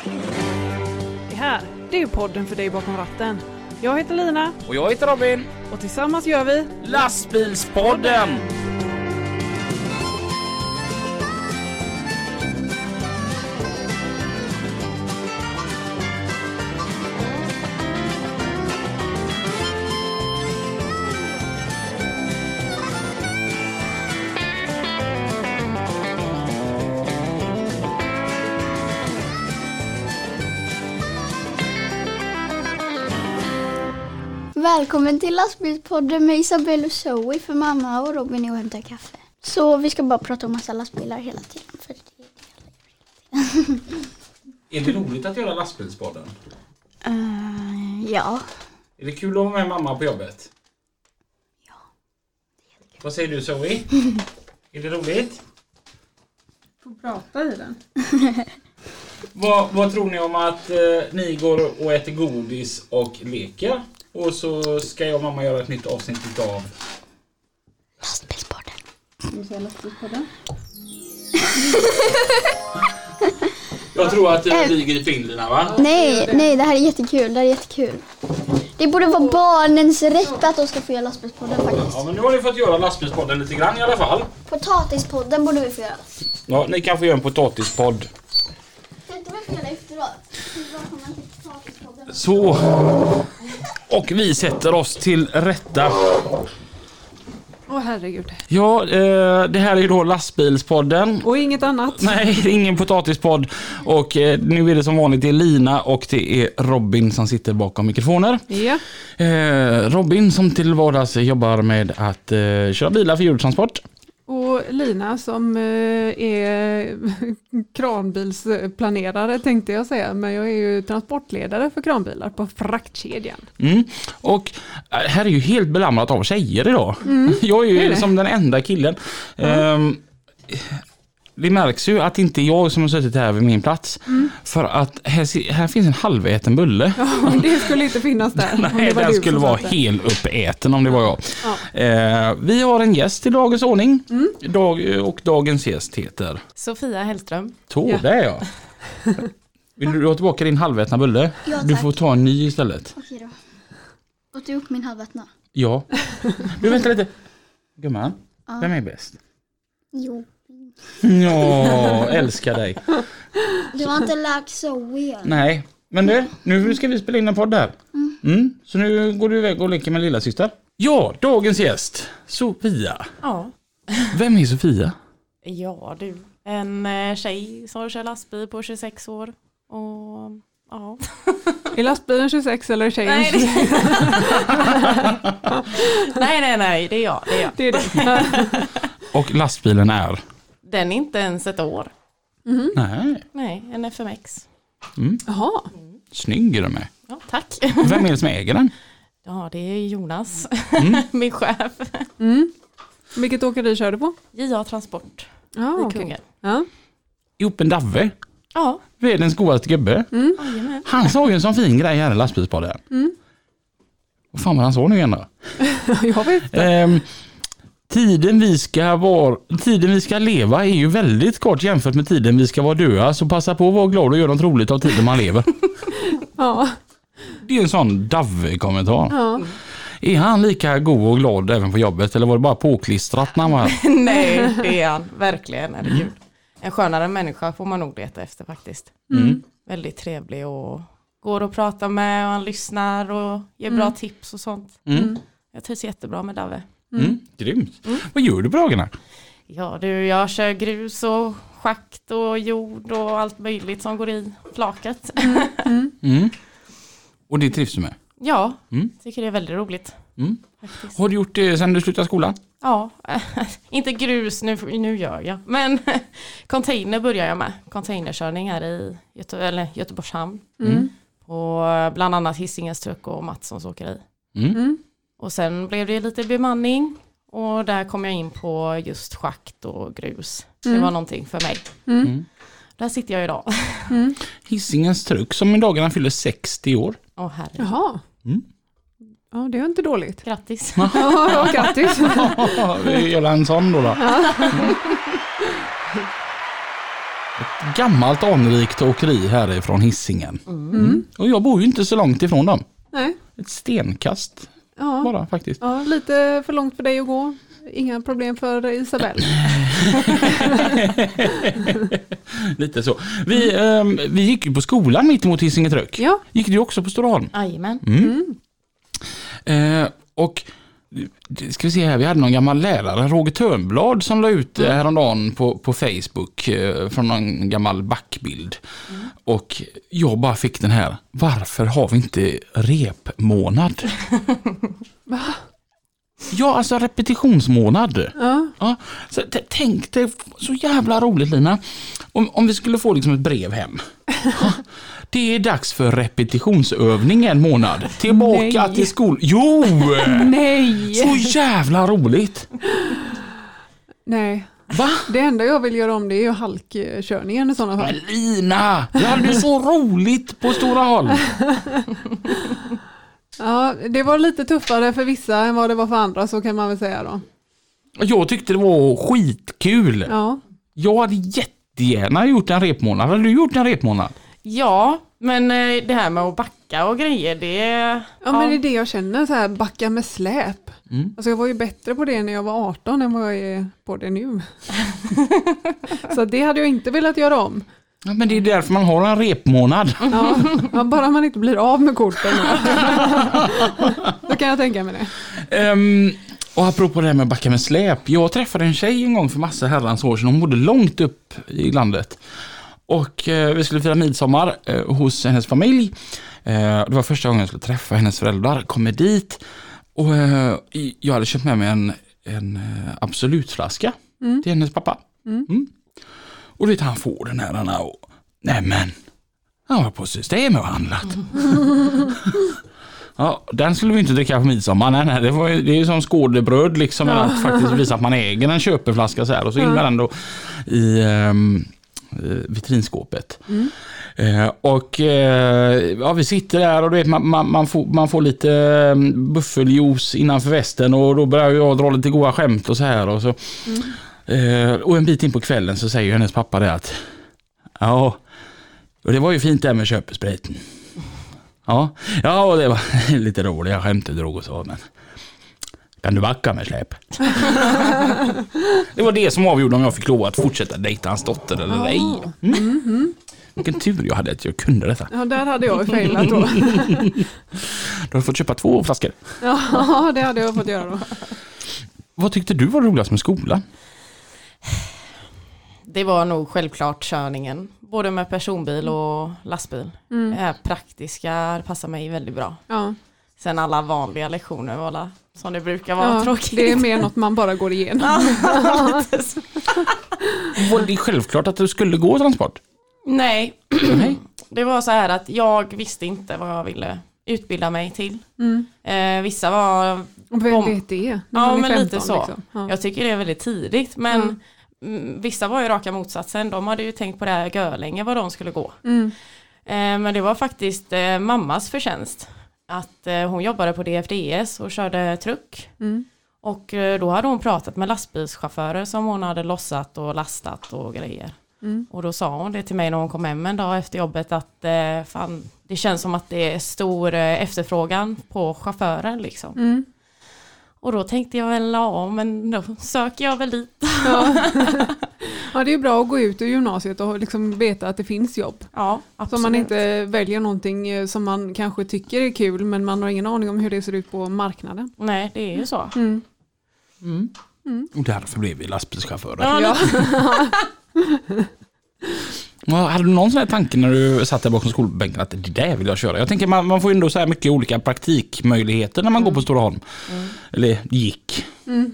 Det här, det är podden för dig bakom ratten. Jag heter Lina. Och jag heter Robin. Och tillsammans gör vi Lastbilspodden! Välkommen till lastbilspodden med Isabelle och Zoe, för mamma och Robin är och hämtar kaffe. Så vi ska bara prata om massa lastbilar hela tiden. För Är det roligt att göra lastbilspodden? Ja. Är det kul att vara med mamma på jobbet? Ja. Vad säger du, Zoe? Är det roligt? får prata i den. Vad tror ni om att ni går och äter godis och leker? Och så ska jag och mamma göra ett nytt avsnitt av Lastbilspodden. Du säger lastbilspodden. Jag tror att vi griper in Lina, va? Nej, det här är jättekul. Det borde vara barnens rätt att de ska få göra lastbilspodden faktiskt. Ja, men nu har ni fått göra lastbilspodden lite grann i alla fall. Potatispodden borde vi få göra. Ja, ni kan få göra en potatispodd. Kan inte vi göra efteråt? Potatispodden. Så. Och vi sätter oss till rätta. Herregud. Ja, det här är ju då lastbilspodden. Och inget annat. Nej, det är ingen potatispodd. Och nu är det som vanligt, det är Lina och det är Robin som sitter bakom mikrofoner. Ja. Robin som till vardags jobbar med att köra bilar för djurtransport. Och Lina som är kranbilsplanerare tänkte jag säga. Men jag är ju transportledare för kranbilar på fraktkedjan. Och här är ju helt belamrat av tjejer idag. Jag är ju som den enda killen. Det märks ju att inte jag som har suttit här vid min plats. För att här finns en halväten bulle. Ja, det skulle inte finnas där. Nej, den skulle vara helt uppäten om det var jag. Ja. Vi har en gäst i dagens ordning. Och dagens gäst heter Sofia Hellström. det är jag. Vill du ha tillbaka din halvätna bulle? Ja, tack. Du får ta en ny istället. Okej då. Åt du upp min halvätna? Ja. Du, vänta lite. Gumman, vem är bäst? Jo. Ja, älskar dig. Du har inte lärt Zoe. Nej, men nu ska vi spela in en podd där. Så nu går du iväg och leker med lilla syster. Ja, dagens gäst, Sofia. Ja. Vem är Sofia? Ja, du. En tjej som kör lastbil på 26 år. Och ja. Är lastbilen 26 eller är tjejen? Nej, det är jag. Det är det. Och lastbilen är? Den är inte ens ett år. Nej, en FMX. Jaha. Snygg är den med. Ja, tack. Vem är det som äger den? Ja, det är Jonas, min chef. Vilket åkeri kör du på? JA Transport Ja, i Kungälv. Ja. Ihop en Davve. Ja. Världens godaste gubbe. Han sa ju en sån fin grej här i lastbilspodden. Vad fan var han så nu igen då? Jag vet inte. Tiden vi ska leva är ju väldigt kort jämfört med tiden vi ska vara döda. Så passa på att vara glad och göra något roligt av tiden man lever. Ja. Det är en sån Davve-kommentar. Ja. Är han lika god och glad även på jobbet? Eller var det bara påklistrat när han var här? Nej, det är han. Verkligen, herregud. En skönare människa får man nog leta efter faktiskt. Väldigt trevlig och går och pratar med och han lyssnar och ger bra tips och sånt. Jag trivs jättebra med Davve. Grymt. Vad gör du på dagarna? Ja du, jag kör grus och schakt och jord och allt möjligt som går i flaket. Och det trivs du med? Ja, tycker det är väldigt roligt. Faktiskt. Har du gjort det sedan du slutade skolan? Ja, inte grus nu gör jag. Men container börjar jag med. Containerkörning här i Göteborgs hamn. Och bland annat Hisingens truck och Matssons åkeri. Och sen blev det lite bemanning. Och där kom jag in på just schakt och grus. Det var någonting för mig. Där sitter jag idag. Hisingens truck som i dagarna fyller 60 år. Herregud. Jaha. Ja, det är inte dåligt. Grattis. Ja, grattis. Vi gör en sån då. Ett gammalt anrikt åkeri härifrån Hisingen. Och jag bor ju inte så långt ifrån dem. Nej. Ett stenkast bara faktiskt. Ja, lite för långt för dig att gå. Inga problem för Isabelle. Lite så. Vi gick ju på skolan mitt emot Hisingetryck. Ja. Gick du också på Storaholm? Jajamän. Och ska vi se här, vi hade någon gammal lärare, Roger Törnblad, som la ut häromdagen på Facebook från någon gammal backbild. Och jag bara fick den här, varför har vi inte repmånad? Va? Ja, alltså repetitionsmånad. Ja, så tänk dig, så jävla roligt Lina, om vi skulle få liksom ett brev hem. Det är dags för repetitionsövning en månad. Tillbaka till skolan. Jo! Nej! Så jävla roligt. Nej. Va? Det enda jag vill göra om det är ju halkkörningen i sådana fall. Men Lina, du hade ju så roligt på Storaholm. Ja, det var lite tuffare för vissa än vad det var för andra, så kan man väl säga då. Jag tyckte det var skitkul. Ja. Jag hade jättegärna gjort en repmånad. Hade du gjort en repmånad? Ja, men det här med att backa och grejer, det... Ja, men det är det jag känner, så här backa med släp. Alltså jag var ju bättre på det när jag var 18 än vad jag är på det nu. Så det hade jag inte velat göra om. Ja, men det är därför man har en repmånad. Ja, bara man inte blir av med korten. Då kan jag tänka mig det. Och apropå det här med backa med släp. Jag träffade en tjej en gång för massa herrans år sedan. Hon bodde långt upp i landet. Och vi skulle fira midsommar hos hennes familj. Det var första gången jag skulle träffa hennes föräldrar. Kommer dit. Och jag hade köpt med mig en absolutflaska till hennes pappa. Och vet han får den här och nämen, han var på Systemet och handlat. Ja, den skulle vi inte dricka på midsommar. Nej, det är ju som skådebröd liksom, att faktiskt visa att man äger en köpeflaska så här, och så in med den då i vitrinskåpet. Ja, vi sitter där och du vet, man får lite buffeljuice innanför västen, och då börjar jag dra lite goda skämt och så här, och så och en bit in på kvällen så säger hennes pappa det att ja, och det var ju fint där med köpespriten. Ja, och det var lite roliga skämt du drog och så, men kan du backa med släp? Det var det som avgjorde om jag fick lov att fortsätta dejta hans dotter eller ej. Vilken tur jag hade att jag kunde detta. Ja, där hade jag failat då. Du har fått köpa 2 flaskor. Ja, det hade jag fått göra då. Vad tyckte du var roligast med skolan? Det var nog självklart körningen. Både med personbil och lastbil. Det här praktiska passar mig väldigt bra. Ja. Sen alla vanliga lektioner var som det brukar vara tråkigt. Det är mer något man bara går igenom. Var det självklart att du skulle gå transport? Nej. Det var så här att jag visste inte vad jag ville utbilda mig till. Vissa var... Vem vet det? Ja, men 15, lite så. Liksom. Ja. Jag tycker det är väldigt tidigt. Men vissa var ju raka motsatsen. De hade ju tänkt på det här görlänge vad de skulle gå. Men det var faktiskt mammas förtjänst. Att hon jobbade på DFDS och körde truck. Och då hade hon pratat med lastbilschaufförer som hon hade lossat och lastat och grejer. Och då sa hon det till mig när hon kom hem en dag efter jobbet att fan, det känns som att det är stor efterfrågan på chaufförer liksom. Och då tänkte jag väl, men då söker jag väl dit. Ja, det är bra att gå ut ur gymnasiet och liksom veta att det finns jobb. Ja, absolut. Så man inte väljer någonting som man kanske tycker är kul, men man har ingen aning om hur det ser ut på marknaden. Nej, det är ju så. Och därför blev vi lastbilschaufförer. Ja. Hade du någon sån här tanke när du satt där bakom skolbänken att det där vill jag köra? Jag tänker man får ändå så här mycket olika praktikmöjligheter när man går på Storaholm. Eller gick.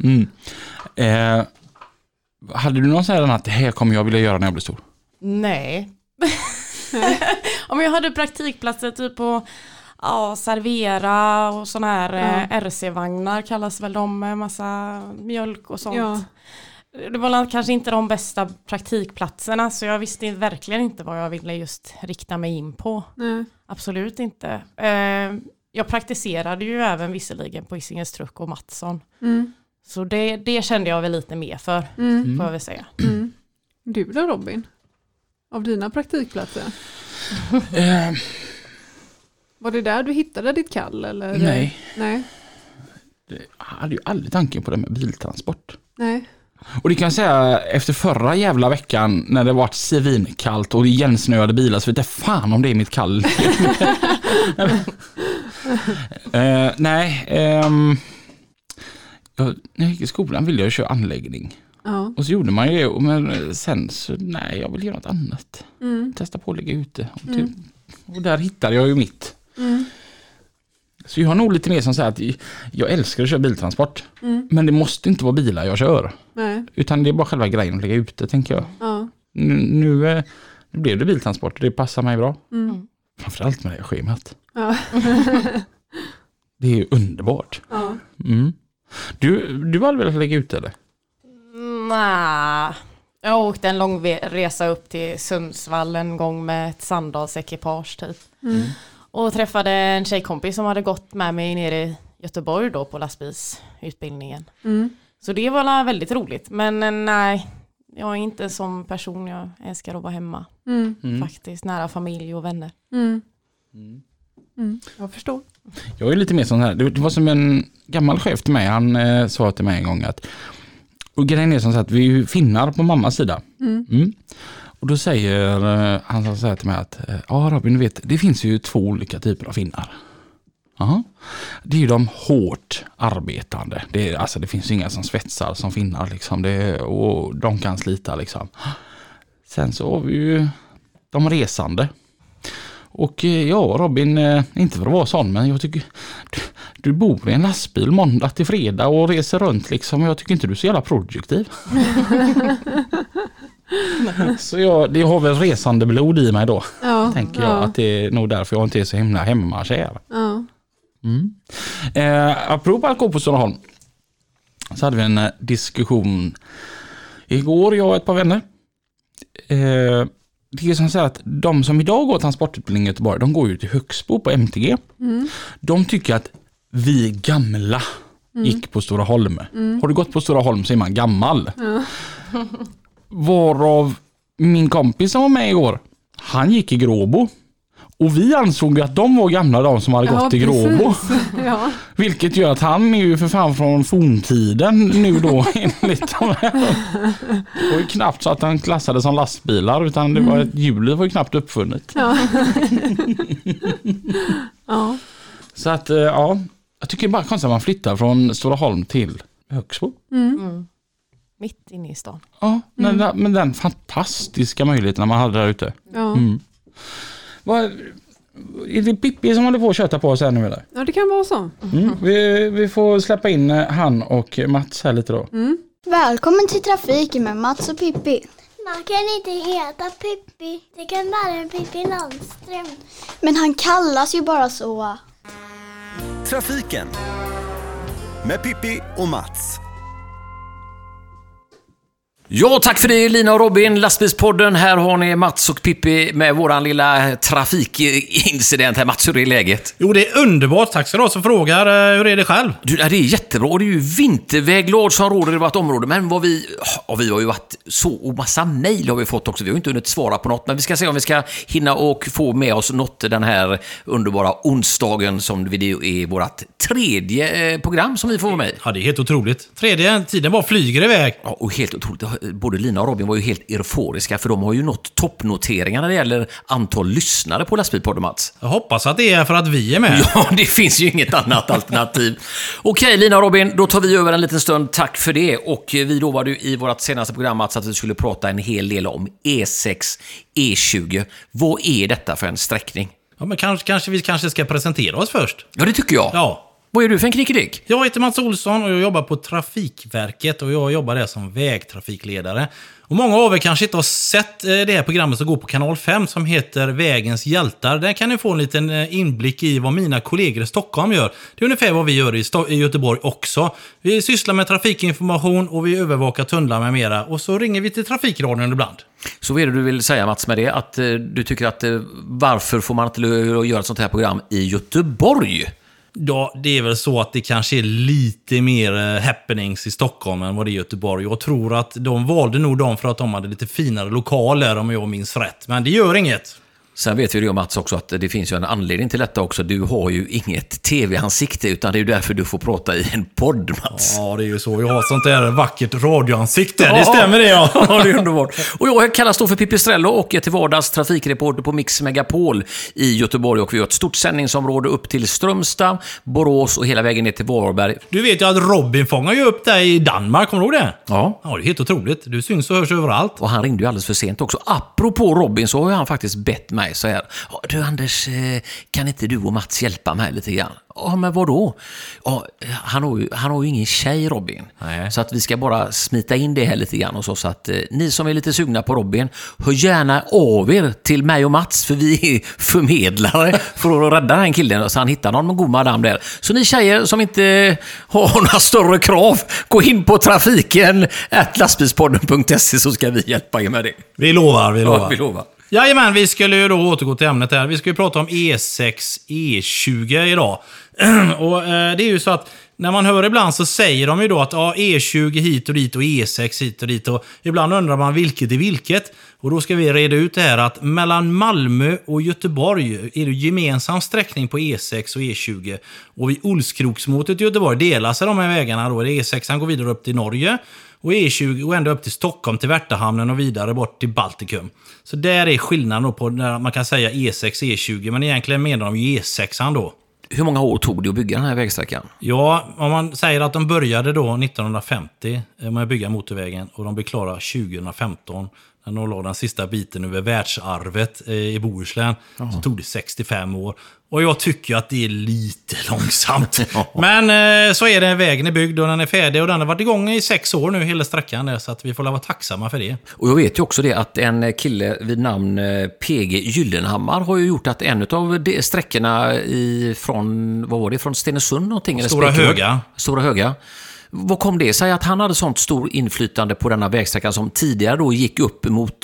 Hade du någon sån här att det här kommer jag vilja göra när jag blir stor? Nej. Om jag hade praktikplatser typ på servera och såna här RC-vagnar kallas väl de, med massa mjölk och sånt. Ja. Det var kanske inte de bästa praktikplatserna, så jag visste verkligen inte vad jag ville just rikta mig in på. Absolut inte. Jag praktiserade ju även visserligen på Hisingens truck och Mattsson. Så det kände jag väl lite mer för, får jag väl säga. Du då, Robin? av dina praktikplatser? Var det där du hittade ditt kall? Eller? Nej. Nej. Jag hade ju aldrig tanken på det med biltransport. Nej. Och det kan jag säga, efter förra jävla veckan när det var svinkallt och igensnöade bilar, så vet jag fan om det är mitt kall. När jag gick i skolan ville jag köra anläggning. Ja. Och så gjorde man ju det, men sen så, nej, jag vill göra något annat. Testa på att lägga ute. Och där hittade jag ju mitt. Så jag har nog lite mer som så här att jag älskar att köra biltransport. Men det måste inte vara bilar jag kör. Nej. Utan det är bara själva grejen att lägga ute, tänker jag. Ja. Nu blev det biltransport och det passar mig bra. Framförallt med det schemat. Ja. Det är ju underbart. Ja. Du har väl lägga ut eller? Nej. Jag åkte en lång resa upp till Sundsvall en gång med ett Sandals-ekipage typ. Och träffade en tjejkompis som hade gått med mig nere i Göteborg då på lastbilsutbildningen. Så det var väldigt roligt. Men nej, jag är inte en sån person. Jag älskar att vara hemma. Faktiskt, nära familj och vänner. Jag förstår. Jag är lite mer sån här. Det var som en gammal chef till mig. Han sa till mig en gång att, och grejen är som så att vi finnar på mammas sida. Och då säger han så här till mig att ja Robin, du vet, det finns ju 2 olika typer av finnar. Aha. Det är ju de hårt arbetande. Det finns ju inga som svetsar som finnar liksom. Och de kan slita liksom. Sen så har vi ju de resande. Och ja, Robin, inte för att vara sån, men jag tycker du bor i en lastbil måndag till fredag och reser runt liksom. Jag tycker inte du är så jävla produktiv. Så det har väl resande blod i mig då. Ja, tänker jag att det är nog därför jag inte är så himla hemmakär. Ja. Apropå att gå på Storaholm, så hade vi en diskussion igår, jag och ett par vänner. Det är som så att de som idag går transportutbildning i Göteborg, de går ju till Högsbo på MTG. De tycker att vi gamla gick på Storaholm. Har du gått på Storaholm så är man gammal. Varav min kompis som var med igår, han gick i Gråbo. Och vi ansåg att de var gamla, de som hade gått i Gråbo. Ja. Vilket gör att han är ju för fan från forntiden nu då enligt de här. Det var ju knappt så att han klassade som lastbilar, utan det var hjulet var ju knappt uppfunnet. Ja. Ja. Så att ja, jag tycker bara konstigt att man flyttar från Storaholm till Högsbo. Mitt inne i stan. Ja, men den fantastiska möjligheten man hade där ute. Ja. Är det Pippi som håller på att köta på oss här nu eller? Ja, det kan vara så. Vi får släppa in han och Mats här lite då. Välkommen till trafiken med Mats och Pippi. Man kan inte heta Pippi. Det kan vara Pippi Landström. Men han kallas ju bara så. Trafiken med Pippi och Mats. Ja, tack för det Lina och Robin, Lastbilspodden. Här har ni Mats och Pippi med våran lilla trafikincident här. Mats, hur är läget? Jo, det är underbart. Tack så du som frågar. Hur är det själv? Du, det är jättebra. Det är ju vinterväglag som råder i vårt område. Men vi har ju varit så, och massa mejl har vi fått också. Vi har inte hunnit svara på något. Men vi ska se om vi ska hinna och få med oss något den här underbara onsdagen som det är vårt 3:e program som vi får med. Ja, det är helt otroligt. 3:e tiden bara flyger iväg. Ja, och helt otroligt. Både Lina och Robin var ju helt euforiska, för de har ju nått toppnoteringar när det gäller antal lyssnare på Lastbilspodden, Mats. Jag hoppas att det är för att vi är med. Ja, det finns ju inget annat alternativ. Okej, Lina och Robin, då tar vi över en liten stund. Tack för det. Och vi lovade ju i vårt senaste program, Mats, att vi skulle prata en hel del om E6, E20. Vad är detta för en sträckning? Ja, men kanske vi ska presentera oss först. Ja, det tycker jag. Ja. Vad är du för en knickedick? Jag heter Mats Olsson och jag jobbar på Trafikverket och jag jobbar där som vägtrafikledare. Och många av er kanske inte har sett det här programmet som går på kanal 5 som heter Vägens hjältar. Där kan ni få en liten inblick i vad mina kollegor i Stockholm gör. Det är ungefär vad vi gör i Göteborg också. Vi sysslar med trafikinformation och vi övervakar tunnlar med mera. Och så ringer vi till trafikradion ibland. Så vad är det du vill säga, Mats, med det? Att du tycker att varför får man inte göra ett sånt här program i Göteborg? Ja, det är väl så att det kanske är lite mer happenings i Stockholm än vad det är i Göteborg. Jag tror att de valde nog dem för att de hade lite finare lokaler, om jag minns rätt. Men det gör inget. Sen vet vi ju, Mats, också att det finns ju en anledning till detta också. Du har ju inget tv-ansikte, utan det är ju därför du får prata i en podd, Mats. Ja, det är ju så. Jag har sånt där vackert radioansikte. Ja. Det stämmer det, ja. Ja, det är underbart. Och jag kallas då för Pipistrello och är till vardags trafikreporter på Mix Megapol i Göteborg. Och vi har ett stort sändningsområde upp till Strömstad, Borås och hela vägen ner till Varberg. Du vet ju att Robin fångar ju upp dig i Danmark, kommer du ihåg det? Ja. Ja, det är helt otroligt. Du syns och hörs överallt. Och han ringde ju alldeles för sent också. Apropå Robin så har han faktiskt bett mig så här: du Anders, kan inte du och Mats hjälpa mig lite grann? Ja, men vadå? Ja, han har ju ingen tjej, Robin. Nej. Så att vi ska bara smita in det här lite grann och så att ni som är lite sugna på Robin, hör gärna av er till mig och Mats, för vi är förmedlare för att rädda den killen så han hittar någon god madam där. Så ni tjejer som inte har några större krav, gå in på trafiken @lastbilspodden.se så ska vi hjälpa er med det. Vi lovar. Ja, vi lovar. Jajamän, vi skulle ju då återgå till ämnet här. Vi ska ju prata om E6, E20 idag. Och det är ju så att när man hör ibland så säger de ju då att E20 hit och dit och E6 hit och dit. Och ibland undrar man vilket är vilket. Och då ska vi reda ut det här att mellan Malmö och Göteborg är det gemensam sträckning på E6 och E20. Och vid Olskroksmotet i Göteborg delar sig de här vägarna då. E6 går vidare upp till Norge. Och E20 och ända upp till Stockholm, till Värtahamnen och vidare bort till Baltikum. Så där är skillnaden då på när man kan säga E6, E20. Men egentligen menar de ju E6 då. Hur många år tog det att bygga den här vägsträckan? Ja, om man säger att de började då 1950 med att bygga motorvägen. Och de blev klara 2015. När de la den sista biten över världsarvet i Bohuslän. Så tog det 65 år. Och jag tycker att det är lite långsamt. Men så är det, vägen är byggd och den är färdig. Och den har varit igång i 6 år nu, hela sträckan där. Så att vi får vara tacksamma för det. Och jag vet ju också det att en kille vid namn PG Gyllenhammar har ju gjort att en av de sträckorna från, vad var det, från Stenungsund någonting? Stora Höga. Vad kom det sig att han hade sånt stor inflytande på denna vägsträcka som tidigare då gick upp mot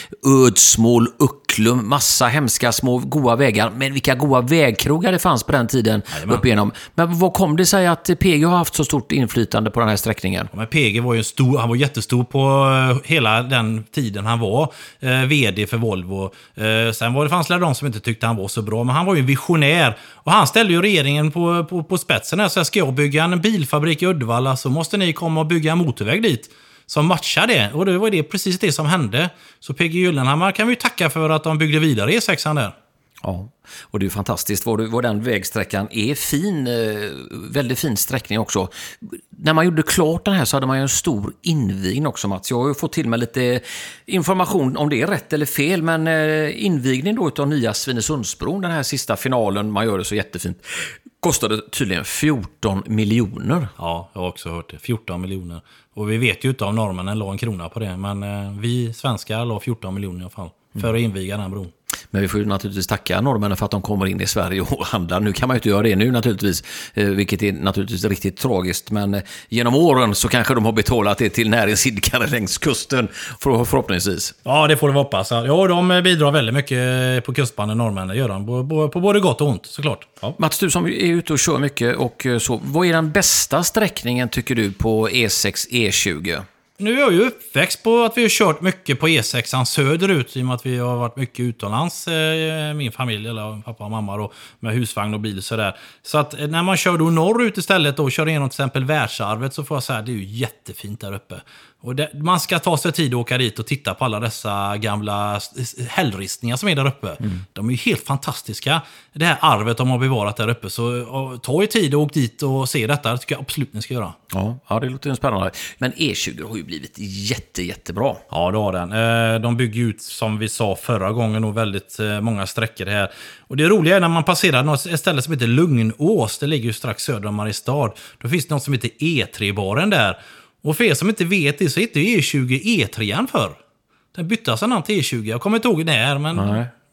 Ödsmål, Ucklum, massa hemska små goda vägar, men vilka goda vägkrogar det fanns på den tiden upp igenom. Men vad kom det sig att PG har haft så stort inflytande på den här sträckningen? Ja, men PG var ju han var jättestor på hela den tiden han var vd för Volvo. Sen fanns det de som inte tyckte han var så bra, men han var ju en visionär och han ställde ju regeringen på spetsen här. Så ska jag bygga en bilfabrik i Uddevalla så måste ni komma och bygga en motorväg dit som matchar det. Och det var det precis det som hände. Så PG Gyllenhammar kan vi tacka för att de byggde vidare E6 där. Ja, och det är fantastiskt vad den vägsträckan är fin, väldigt fin sträckning också. När man gjorde klart den här så hade man ju en stor invigning också, Mats. Jag har ju fått till mig lite information om det är rätt eller fel, men invigning då utav nya Svinesundsbron, den här sista finalen, man gör det så jättefint, kostade tydligen 14 miljoner. Ja, jag har också hört det. 14 miljoner. Och vi vet ju inte om norrmännen la en krona på det, men vi svenskar la 14 miljoner i alla fall för att inviga den bron. Men vi får ju naturligtvis tacka norrmännen för att de kommer in i Sverige och handlar. Nu kan man ju inte göra det nu naturligtvis, vilket är naturligtvis riktigt tragiskt. Men genom åren så kanske de har betalat det till näringsidkare längs kusten förhoppningsvis. Ja, det får det hoppas. Ja, de bidrar väldigt mycket på kustbanan, norrmännen gör de. På både gott och ont, såklart. Ja. Mats, du som är ute och kör mycket och så, vad är den bästa sträckningen tycker du på E6, E20? Nu är jag ju uppväxt på att vi har kört mycket på E6 söderut i och med att vi har varit mycket utomlands, min familj, eller pappa och mamma då, med husvagn och bil och sådär. Så att när man kör då norrut istället och kör igenom till exempel världsarvet så får jag säga att det är ju jättefint där uppe. Och man ska ta sig tid att åka dit och titta på alla dessa gamla hällristningar som är där uppe. De är ju helt fantastiska. Det här arvet de har bevarat där uppe. Så ta er tid och åk dit och se detta. Det tycker jag absolut ni ska göra. Ja, det låter spännande. Men E20 har ju blivit jättebra. Ja, det har den. De bygger ut, som vi sa förra gången, och väldigt många sträckor här. Och det roliga är när man passerar ett ställe som heter Lugnås. Det ligger ju strax söder om Mariestad. Då finns det något som heter E3-baren där. Och för er som inte vet det så heter E20 E3 för. Den bytte alltså namn till E20. Jag kommer inte ihåg när, men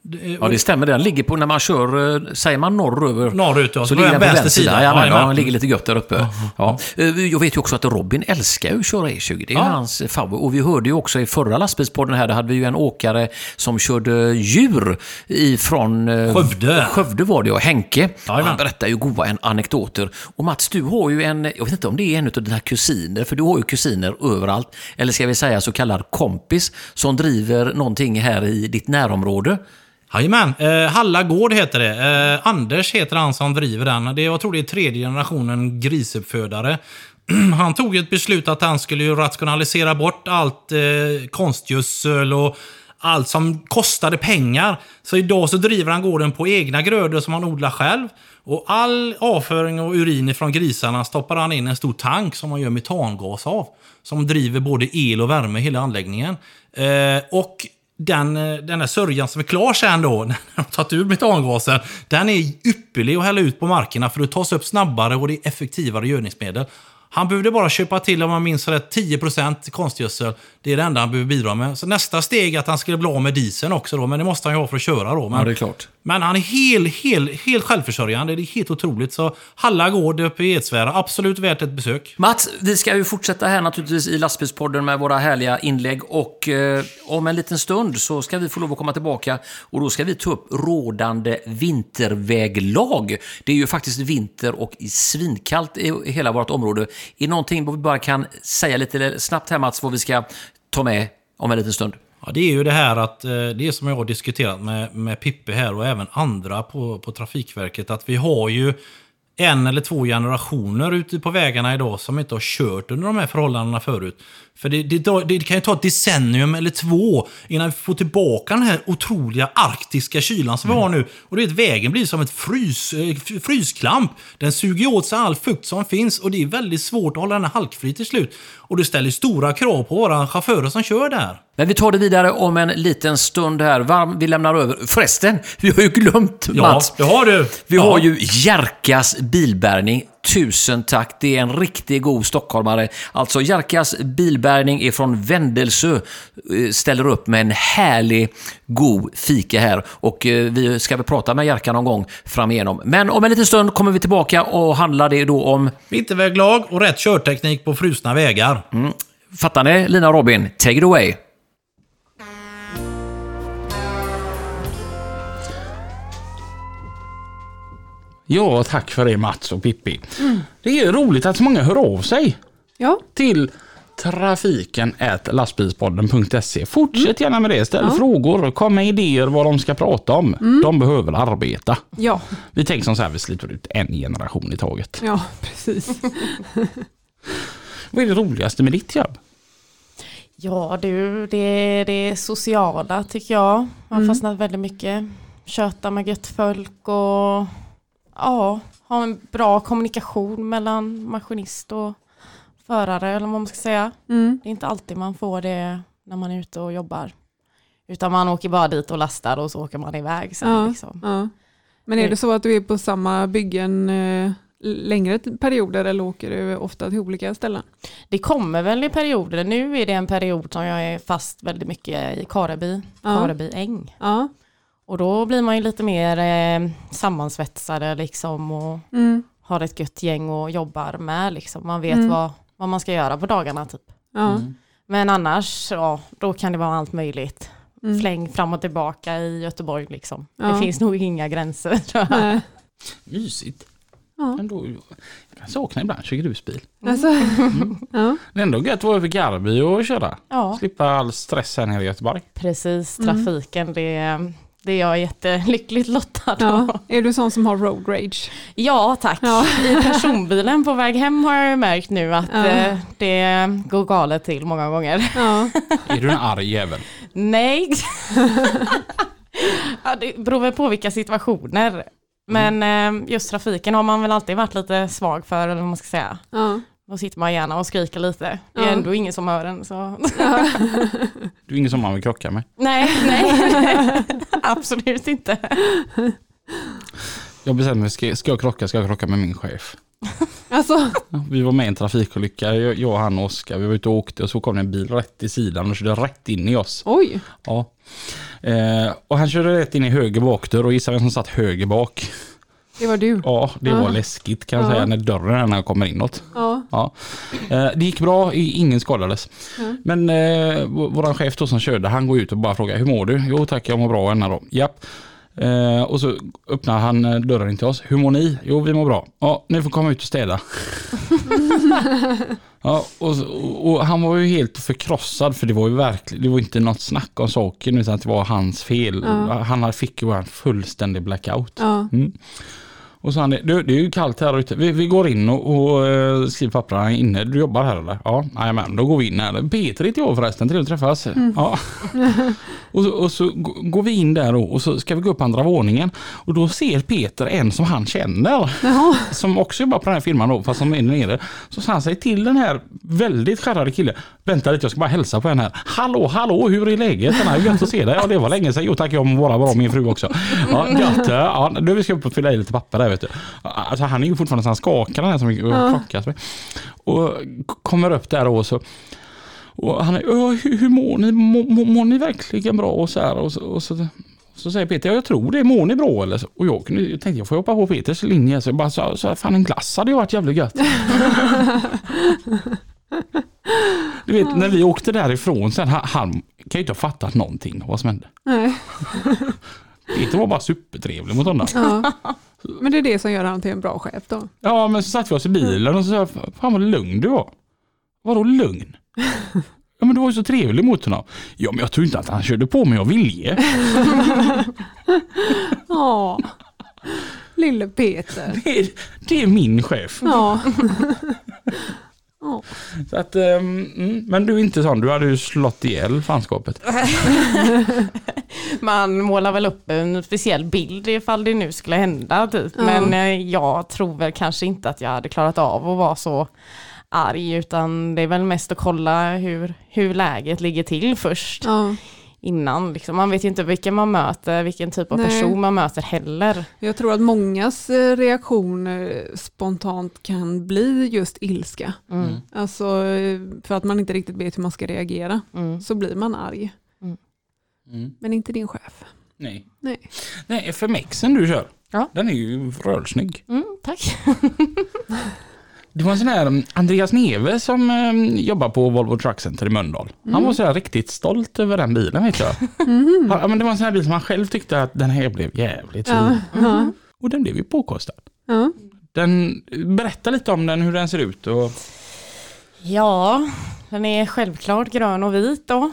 Ja, det stämmer. Den ligger på, när man kör, säger man norrut, ja, så ligger den på vänster sida. Ja, den ligger lite gött där uppe. Ja. Jag vet ju också att Robin älskar ju att köra E20. Det är hans favorit. Och vi hörde ju också i förra lastbilspodden här, där hade vi ju en åkare som körde djur ifrån Skövde var det, och Henke. Han berättar ju goda anekdoter. Och Mats, du har ju jag vet inte om det är en av dina kusiner, för du har ju kusiner överallt. Eller ska vi säga så kallad kompis som driver någonting här i ditt närområde. Jajamän, Halla Gård heter det. Anders heter han som driver den. Jag tror det är 3:e generationen grisuppfödare. Han tog ett beslut att han skulle rationalisera bort allt konstgödsel och allt som kostade pengar. Så idag så driver han gården på egna grödor som han odlar själv. Och all avföring och urin från grisarna stoppar han in en stor tank som man gör metangas av. Som driver både el och värme i hela anläggningen. Och den här sörjan som är klar sen då, när de tagit ur metangasen, den är ypperlig att hälla ut på markerna för att tas upp snabbare och det är effektivare gödningsmedel. Han behövde bara köpa till, om man minns rätt, 10% konstgödsel. Det är det enda han behöver bidra med. Så nästa steg är att han skulle bli av med dieseln också då, men det måste han ju ha för att köra då. Men, ja, det är klart. Men han är helt självförsörjande, det är helt otroligt. Så Halla Gård uppe i Edsvära, absolut värt ett besök. Mats, vi ska ju fortsätta här naturligtvis i lastbilspodden med våra härliga inlägg, och om en liten stund så ska vi få lov att komma tillbaka, och då ska vi ta upp rådande vinterväglag. Det är ju faktiskt vinter och svinkallt i hela vårt område. Är någonting vi bara kan säga lite snabbt här, Mats, vad vi ska ta med om en liten stund? Ja, det är ju det här att det är som jag har diskuterat med Pippi här och även andra på Trafikverket, att vi har ju 1 eller 2 generationer ute på vägarna idag som inte har kört under de här förhållandena förut. För det kan ju ta ett decennium eller 2 innan vi får tillbaka den här otroliga arktiska kylan som vi har nu. Och det vet, vägen blir som ett frysklamp. Den suger åt sig all fukt som finns, och det är väldigt svårt att hålla den halkfri till slut. Och det ställer stora krav på våra chaufförer som kör där. Men vi tar det vidare om en liten stund här. Vi lämnar över. Förresten, vi har ju glömt, Mats. Ja, det har du. Vi har ju Jerkas bilbärgning. Tusen tack. Det är en riktigt god stockholmare. Alltså Jerkas bilbärgning är från Vändelsö. Ställer upp med en härlig, god fika här. Och vi ska väl prata med Jerka någon gång framigenom. Men om en liten stund kommer vi tillbaka och handlar det då om vinterväglag och rätt körteknik på frusna vägar. Fattar ni, Lina och Robin? Take it away. Ja, tack för det, Mats och Pippi. Det är roligt att så många hör av sig till trafiken@lastbilspodden.se. Fortsätt gärna med det. Ställ frågor, kom med idéer vad de ska prata om. De behöver arbeta. Ja. Vi tänker som så här, vi sliter ut en generation i taget. Ja, precis. Vad är det roligaste med ditt jobb? Ja, det är sociala, tycker jag. Jag har fastnat väldigt mycket. Köta med gött folk och ha en bra kommunikation mellan maskinist och förare, eller vad man ska säga. Det är inte alltid man får det när man är ute och jobbar. Utan man åker bara dit och lastar och så åker man iväg sen. Liksom. Ja. Men är det så att du är på samma byggen längre perioder, eller åker du ofta till olika ställen? Det kommer väl i perioder. Nu är det en period som jag är fast väldigt mycket i Kareby äng. Ja. Och då blir man ju lite mer sammansvetsade liksom, och har ett gött gäng och jobbar med. Liksom. Man vet vad man ska göra på dagarna typ. Men annars, då kan det vara allt möjligt. Fläng fram och tillbaka i Göteborg liksom. Det finns nog inga gränser, tror jag. Mysigt. Ja. Ändå, jag kan sakna ibland grusbil. Alltså. Det är ändå gött att vara över Garby och köra. Slippa all stress här nere i Göteborg. Precis, trafiken, det är jag jättelyckligt lottad. Är du sån som har road rage? Ja, tack. I personbilen på väg hem har jag märkt nu att det går galet till många gånger. Är du en arg jävel? Nej. Det beror väl på vilka situationer. Men just trafiken har man väl alltid varit lite svag för, eller vad man ska säga. Då sitter man gärna och skriker lite. Det är ändå ingen som hör den. Så. Du är ingen som man vill krocka med? Nej. Absolut inte. Jag bestämmer mig, ska jag krocka med min chef. Alltså, Vi var med i en trafikolycka, jag, han och Oskar. Vi var ute och åkte och så kom det en bil rätt i sidan och körde rätt in i oss. oj. Ja. Och han körde rätt in i höger bakdörr och gissa vem som satt höger bak. Det var du. Ja, det var läskigt kan jag säga när dörren när jag kommer inåt. Ja. Ja. Det gick bra, ingen skadades. Men våran chef då som körde, han går ut och bara frågar, hur mår du? Jo tack, jag mår bra ännu då. Japp. Och så öppnar han dörren in till oss. Hur mår ni? Jo, vi mår bra. Ja, ni får komma ut och städa. Ja, och han var ju helt förkrossad för det var ju verkligen, det var inte något snack om saken utan att det var hans fel. Han fick ju en fullständig blackout. Ja. Och så han, det är ju kallt här ute. Vi går in och skriver papperna inne. Du jobbar här eller? Ja, men då går vi in här. Peter heter jag förresten, till att träffas. Ja. och så går vi in där och så ska vi gå upp andra våningen. Och då ser Peter en som han känner. Som också jobbar på den här firman då, fast som är nere. Så han säger till den här väldigt skärrade killen. Vänta lite, jag ska bara hälsa på en här. Hallå, hur är läget? Den här, gött att se dig. Ja, det var länge sedan. Jo tack, jag mår bra, min fru också. Ja, gött. Ja, nu ska vi upp och fylla i lite papper där. Alltså han är ju fortfarande så han skakar den här som klockas med. Och kommer upp där och så och han är, hur mår ni? Mår ni verkligen bra? Och så här och så säger Peter, jag tror det, mår ni bra eller så? Och jag tänkte jag får hoppa på Peters linje så jag bara så fan en glass hade ju varit jävligt gött. Du vet, när vi åkte därifrån sen, han kan ju inte ha fattat någonting vad som hände. Nej. Peter var bara supertrevlig mot honom. Ja. Men det är det som gör han till en bra chef då. Ja, men så satt vi oss i bilen och så sa fan vad lugn du var. Vadå lugn? Ja, men du var ju så trevlig mot honom. Ja, men jag tror inte att han körde på mig av vilje. Ja, lille Peter. Det är min chef. Ja. Så att, men du är inte sån, du hade ju slått ihjäl fanskapet. Man målar väl upp en speciell bild ifall det nu skulle hända typ. Men jag tror väl kanske inte att jag hade klarat av att vara så arg, utan det är väl mest att kolla hur läget ligger till först. Innan liksom. Man vet ju inte vilken man möter, vilken typ av person man möter heller. Jag tror att mångas reaktioner spontant kan bli just ilska. Alltså för att man inte riktigt vet hur man ska reagera. Så blir man arg. Men inte din chef. Nej, FMXen du kör. Ja. Den är ju rörsnygg. Tack. Det var en sån här Andreas Neve som jobbar på Volvo Truck Center i Mölndal. Han var så här riktigt stolt över den bilen, vet jag. Ja, men det var en sån här bil som han själv tyckte att den här blev jävligt fin. Och den blev ju påkostad. Berätta lite om den, hur den ser ut. Ja, den är självklart grön och vit då.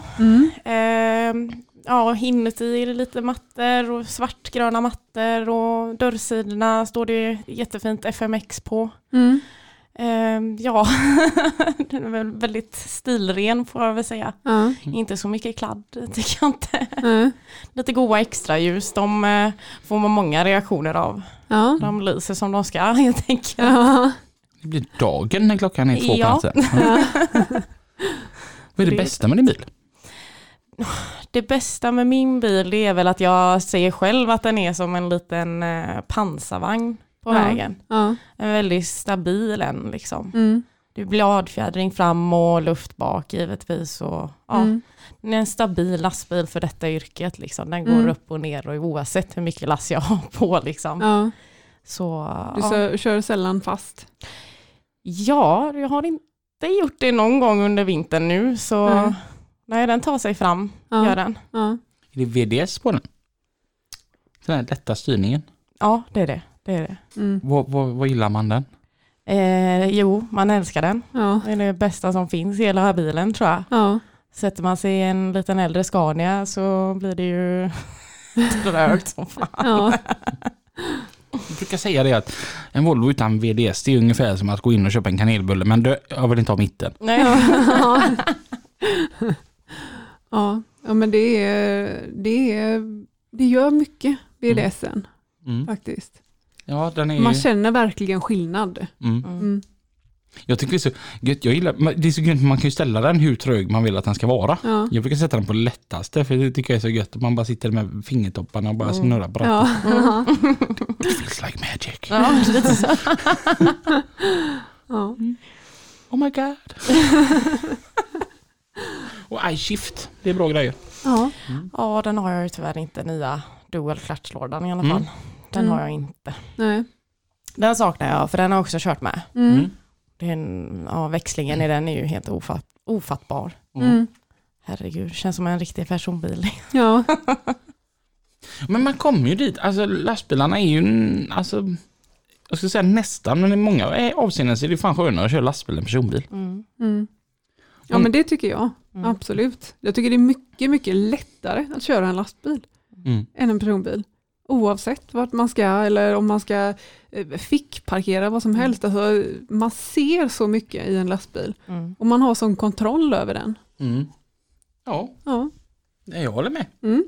Ja, inuti är det lite mattor och svartgröna mattor och dörrsidorna står det jättefint FMX på. Ja, den är väl väldigt stilren får jag väl säga. Inte så mycket kladd tycker jag inte. Lite goda extra ljus, de får man många reaktioner av. De lyser som de ska helt enkelt. Det blir dagen när klockan är 2 platser. Vad är det bästa med din bil? Det bästa med min bil det är väl att jag säger själv att den är som en liten pansarvagn på vägen. En väldigt stabil en liksom. Det är bladfjädring fram och luft bak givetvis. Och, den är en stabil lastbil för detta yrket. Liksom. Den går upp och ner och oavsett hur mycket lass jag har på. Liksom. Så, du kör sällan fast? Ja, jag har inte gjort det någon gång under vintern nu. Så nej, den tar sig fram. Gör den. Är det VDS på den? Den här lätta styrningen? Ja, det är det. Vad gillar man den? Jo, man älskar den. Det är det bästa som finns i hela bilen tror jag. Sätter man sig i en liten äldre Scania så blir det ju trögt som fan. Jag brukar säga det att en Volvo utan VDS det är ungefär som att gå in och köpa en kanelbulle, men jag vill inte ha mitten. Nej. Ja, men det gör mycket VDSen faktiskt. Ja, man känner verkligen skillnad. Jag tycker det är så gött. Det är så gött, man kan ju ställa den hur trög man vill att den ska vara. Jag brukar sätta den på lättaste för det tycker jag är så gött. Man bara sitter med fingertopparna och bara snurrar bra. It feels like magic. Ja. Oh my god. Och iShift, det är bra grejer. Ja. Ja, den har jag ju tyvärr inte, nya dual clutch-lådan i alla fall. Den har jag inte. Nej. Den saknar jag, för den har jag också kört med. Mm. Växlingen i den är ju helt ofattbar. Mm. Herregud, känns som en riktig personbil. Ja. Men man kommer ju dit, alltså lastbilarna är ju, alltså, jag ska säga nästan, men i många avseenden så är det fan skönare att köra lastbil än personbil. Mm. Ja, men det tycker jag. Absolut. Jag tycker det är mycket, mycket lättare att köra en lastbil än en personbil. Oavsett vart man ska, eller om man ska fickparkera, vad som helst. Alltså, man ser så mycket i en lastbil. Och man har sån kontroll över den. Ja, Ja. jag håller med. Mm.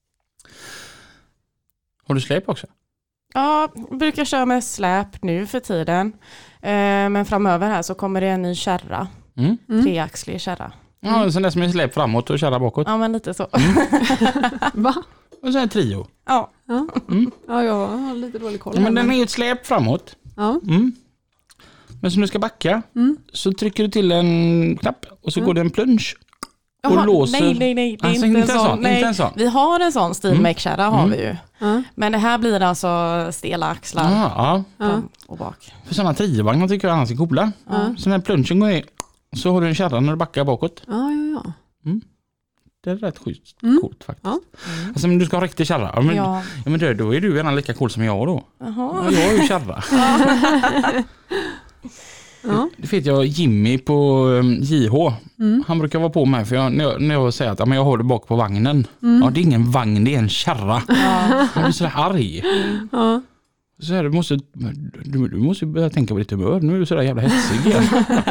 Har du släp också? Ja, brukar köra med släp nu för tiden. Men framöver här så kommer det en ny kärra. Treaxlig kärra. Ja, sen där som är släp framåt och kärra bakåt. Ja, men lite så. Va? Och så är trio. Ja. Ja, jag har lite dålig koll. Ja, men den är ju ett släp framåt. Ja. Men som du ska backa så trycker du till en knapp och så går det en plunge. Och Jaha, låser. Nej, det är Alltså, inte en sån. Inte en sån. Vi har en sån stilmake-kärra har vi ju. Men det här blir alltså stela axlar Ja. fram och bak. För sådana triovagnar tycker jag annars är coola. Så när plungen går ner så har du en kärra när du backar bakåt. Ja. Det är rätt coolt faktiskt. Ja. Alltså men du ska ha riktig kärra. Ja, men, Ja. ja, men då är du gärna lika cool som jag då. Jaha. Ja, jag är ju kärra. Ja. Det vet jag Jimmy på JH. Han brukar vara på mig för när jag säger att jag har det bak på vagnen. Ja, det är ingen vagn, det är en kärra. Han blir sådär arg. Ja. Så här, du måste börja tänka på ditt humör. Nu är du sådär jävla hetsig igen.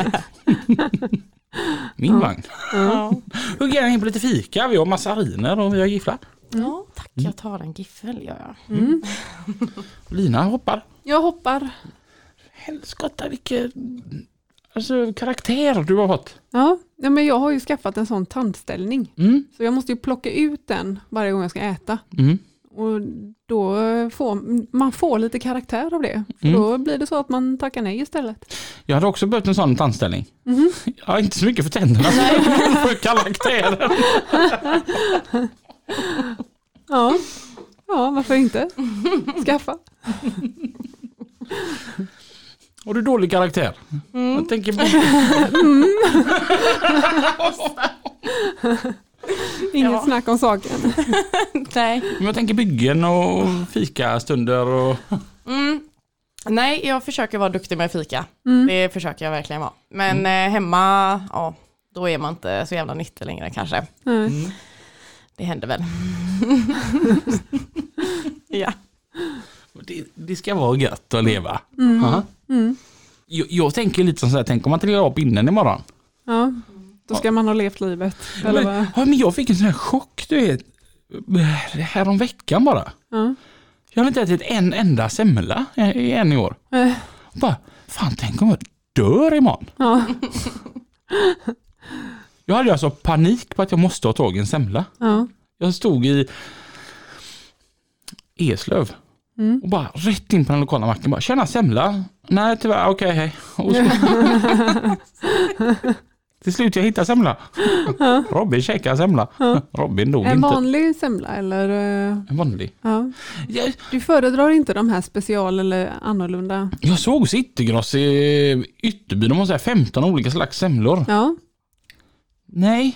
Min vagn. Ja. Hugg gärna in på lite fika. Vi har massariner och vi har gifflar. Ja, tack. Jag tar en giffel, gör jag. Lina hoppar. Jag hoppar. Helskotta, vilken karaktär du har fått. Ja, men jag har ju skaffat en sån tandställning. Så jag måste ju plocka ut den varje gång jag ska äta. Och då får lite karaktär av det. För då blir det så att man tackar nej istället. Jag hade också behövt en sån tandställning. Jag har inte så mycket för tänderna. För karaktären. Ja, varför inte? Skaffa. Har du dålig karaktär? Jag tänker Inget snack om saken. Nej. Men jag tänker byggen och fikastunder och... Nej, jag försöker vara duktig med fika. Det försöker jag verkligen vara. Men hemma, ja, då är man inte så jävla nyttig längre kanske. Det händer väl. Ja. Det ska vara gött att leva. Jag tänker lite som så här, tänk om man trillar av pinnen imorgon. Ja, då ska man ha levt livet. Eller vad? Men jag fick en sån här chock, du vet. Här om veckan bara. Jag har inte ätit en enda semla än i år. Bara, fan tänk om jag dör imorgon. Ja. Jag hade alltså panik på att jag måste ha tagit en semla. Jag stod i Eslöv. Och bara rätt in på den lokala macken. Bara, tjena semla. Nej tyvärr, okej, hej. Och så... Till slut jag hittade semla. Robin käkade semla. Robin dog En inte. vanlig semla eller? En vanlig. Ja. Du föredrar inte de här special eller annorlunda? Jag såg Citygross i Ytterby. De har så här 15 olika slags semlor. Ja. Nej.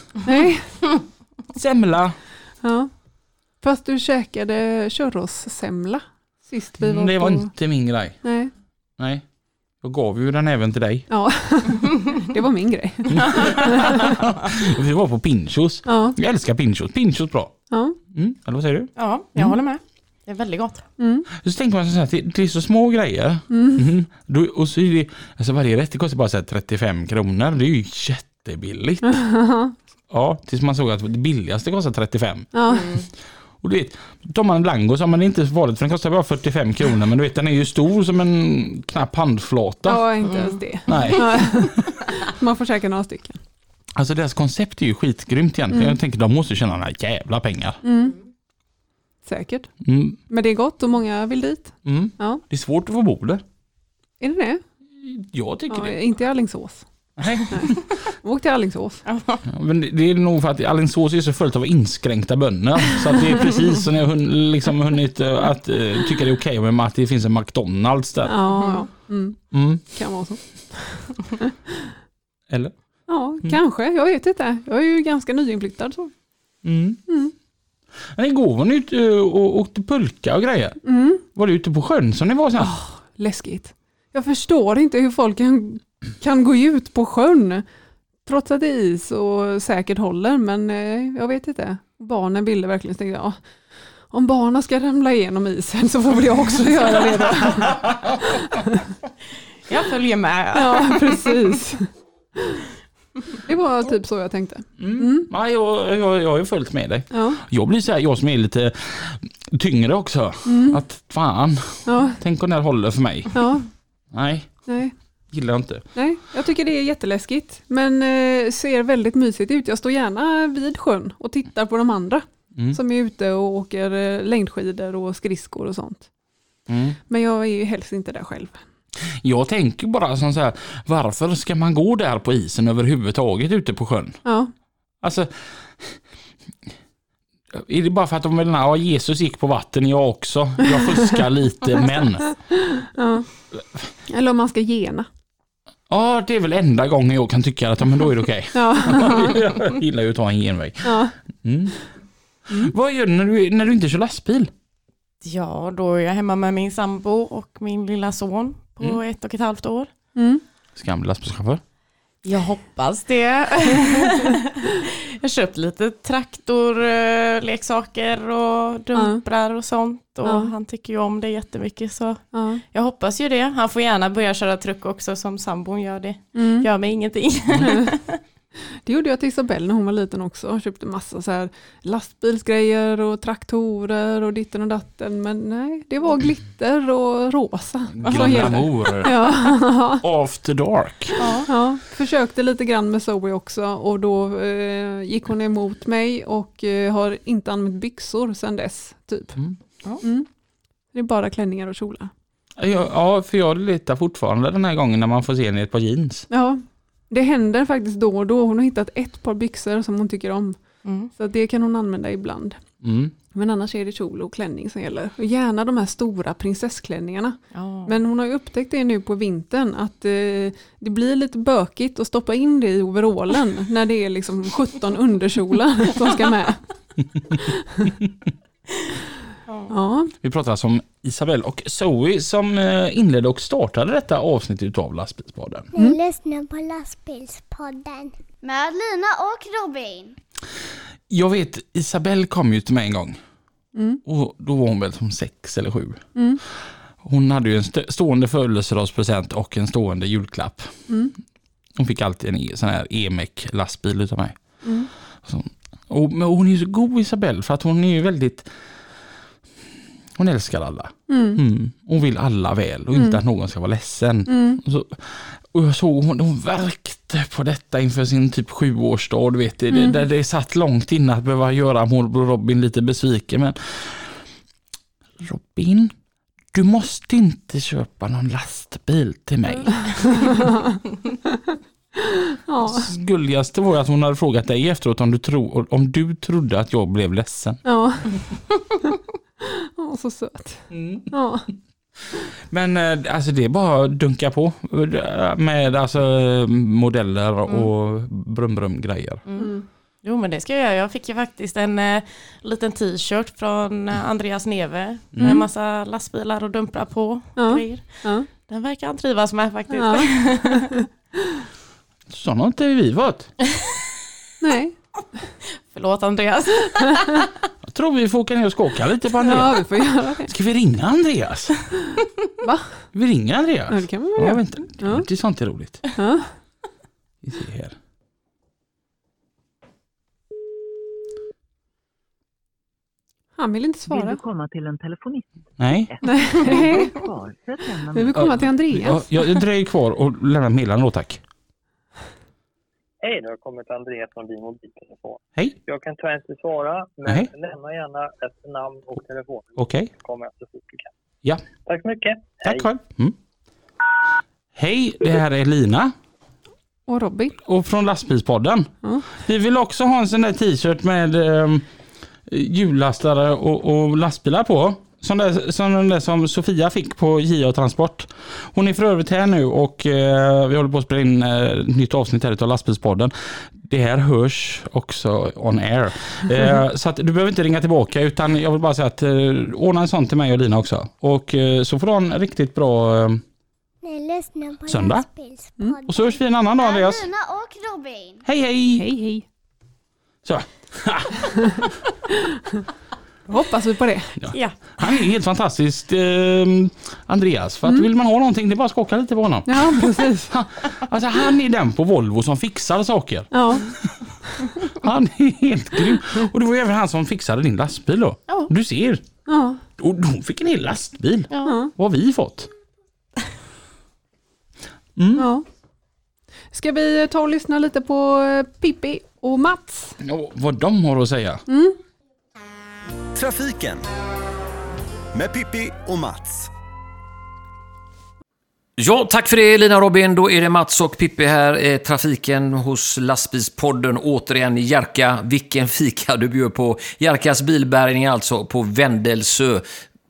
Semla. Ja. Fast du käkade churros-semla sist vi var Det var på... inte min grej. Nej. Jag gav ju den även till dig. Ja, det var min grej. Vi var på Pinchos. Ja. Jag älskar Pinchos. Pinchos bra. Ja. Eller vad säger du? Ja, jag håller med. Det är väldigt gott. Så tänker man så här, det är så små grejer. Och så är det, alltså varje rätt kostar bara så här 35 kronor. Det är ju jättebilligt. Ja, tills man såg att det billigaste kostar 35. Ja. Och du vet, tar man en lango så har man inte varit, för den kostar bara 45 kronor. Men du vet, den är ju stor som en knapp handflata. Ja, inte ens det. Nej. Man får käka några stycken. Alltså deras koncept är ju skitgrymt egentligen. Jag tänker, de måste tjäna några jävla pengar. Säkert. Men det är gott och många vill dit. Ja. Det är svårt att få bo där. Är det det? Jag tycker det. Inte i Alingsås. Nej. Åk till Alingsås. Ja, men det är nog för att Alingsås är så fullt av inskränkta bönder. Så att det är precis som jag liksom hunnit att tycka det är okej med att det finns en McDonalds där. Ja. Kan vara så. Eller? Ja, kanske. Jag vet inte. Jag är ju ganska nyinflyttad så. Men igår var ni ute och åkte pulka och grejer. Var du ute på sjön som ni var sen? Läskigt. Jag förstår inte hur folk kan gå ut på sjön trots att det är is och säkert håller, men jag vet inte. Barnen ville verkligen tänka, om barnen ska ramla igenom isen så får väl jag också göra det då. Jag följer med. Ja, precis. Det var typ så jag tänkte. Ja, jag har ju följt med dig. Ja. Jag blir så här, jag som är lite tyngre också. Att fan, tänk om det här håller för mig. Ja. Nej. Gillar jag inte. Nej, jag tycker det är jätteläskigt. Men ser väldigt mysigt ut. Jag står gärna vid sjön och tittar på de andra. Som är ute och åker längdskidor och skridskor och sånt. Men jag är ju helst inte där själv. Jag tänker bara som så här, varför ska man gå där på isen överhuvudtaget ute på sjön? Ja. Alltså, är det bara för att de vill, Jesus gick på vatten, jag också. Jag fuskar lite, men... Ja. Eller om man ska gena. Ja, det är väl enda gången jag kan tycka att men då är det okej. Ja. Jag gillar ju att ta en genväg. Ja. Vad gör du när du inte kör lastbil? Ja, då är jag hemma med min sambo och min lilla son på 1,5 år. Ska han bli lastbilschaufför? Jag hoppas det. Jag har köpt lite traktorleksaker och dumprar och sånt. Och han tycker ju om det jättemycket. Så jag hoppas ju det. Han får gärna börja köra truck också som sambon gör det. Gör mig ingenting. Det gjorde jag till Isabelle när hon var liten också. Jag köpte massa så här lastbilsgrejer och traktorer och ditten och datten. Men nej, det var glitter och rosa. Glamour. Ja. After dark. Ja, försökte lite grann med Zoe också. Och då gick hon emot mig och har inte använt byxor sedan dess. Typ. Det är bara klänningar och kjolar. Ja, för jag letar fortfarande den här gången när man får se henne i ett par jeans. Ja. Det händer faktiskt då och då. Hon har hittat ett par byxor som hon tycker om. Så det kan hon använda ibland. Men annars är det kjol och klänning som gäller. Och gärna de här stora prinsessklänningarna. Men hon har ju upptäckt det nu på vintern. Att det blir lite bökigt att stoppa in det i overallen. När det är liksom 17 underkjolar som ska med. Ja. Vi pratar alltså om Isabelle och Zoe som inledde och startade detta avsnitt av Lastbilspodden. Ni lyssnar på Lastbilspodden Med Lina och Robin. Jag vet, Isabelle kom ju till mig en gång. Och då var hon väl som 6 eller 7. Hon hade ju en stående födelsedagspresent och en stående julklapp. Hon fick alltid en sån här EMEC-lastbil utav mig. Men hon är ju så god, Isabelle, för att hon är ju väldigt... Hon älskar alla. Hon vill alla väl och inte att någon ska vara ledsen. Och jag såg hon verkte på detta inför sin typ 7-årsdag. Du vet, där det satt långt innan att behöva göra morbror Robin lite besviken. Men Robin, du måste inte köpa någon lastbil till mig. Gulligaste var att hon hade frågat dig efteråt om du trodde att jag blev ledsen. Ja. Så söt. Ja. Men alltså det är bara att dunka på med alltså modeller och brum grejer. Jo, men det ska jag göra. Jag fick ju faktiskt en liten t-shirt från Andreas Neve med en massa lastbilar och dumprar på grejer. Den verkar han trivas med faktiskt. Så har inte vi varit. Nej. Förlåt Andreas. Jag tror vi får åka ner och skåka lite på Andreas. Ja, vi får göra det. Ska vi ringa Andreas? Va? Vi ringer Andreas? Ja, det kan vi väl göra. Det är sånt är roligt. Ja. Vi ser här. Han vill inte svara. Vill du komma till en telefonist? Nej. Vi vill komma till Andreas. Jag dröjer kvar och lämnar meddelande då, tack. Hej, du har kommit Andreas från din mobiltelefon. Hej. Jag kan tyvärr inte svara, men lämna gärna ett namn och telefon. Okej. Kommer jag så fort du kan. Ja. Tack så mycket. Tack själv. Hej, det här är Lina. Och Robin. Och från Lastbilspodden. Vi vill också ha en sån där t-shirt med hjullastare och lastbilar på. Som den där som Sofia fick på J.A. Transport. Hon är för övrigt här nu och vi håller på att spela in ett nytt avsnitt här utav Lastbilspodden. Det här hörs också on air. Så att du behöver inte ringa tillbaka, utan jag vill bara säga att ordna en sån till mig och Lina också. Och så får du ha en riktigt bra söndag. Och så hörs vi en annan dag, Andreas. Lina och Robin. Hej hej! Hej hej. Så. Hoppas vi på det. Ja. Han är helt fantastisk, Andreas. För att vill man ha någonting, det är bara att skaka lite på honom. Ja, precis. Alltså, han är den på Volvo som fixar saker. Ja. Han är helt grym. Och det var ju även han som fixade din lastbil då. Ja. Du ser. Ja. Och de fick en hel lastbil. Ja. Vad har vi fått? Ja. Ska vi ta och lyssna lite på Pippi och Mats? Ja, vad de har att säga. Trafiken med Pippi och Mats. Ja, tack för det Lina och Robin. Då är det Mats och Pippi här. Trafiken hos Lastbilspodden. Återigen i Jerka. Vilken fika du bjöd på. Jerkas bilbärgning alltså på Vändelsö. We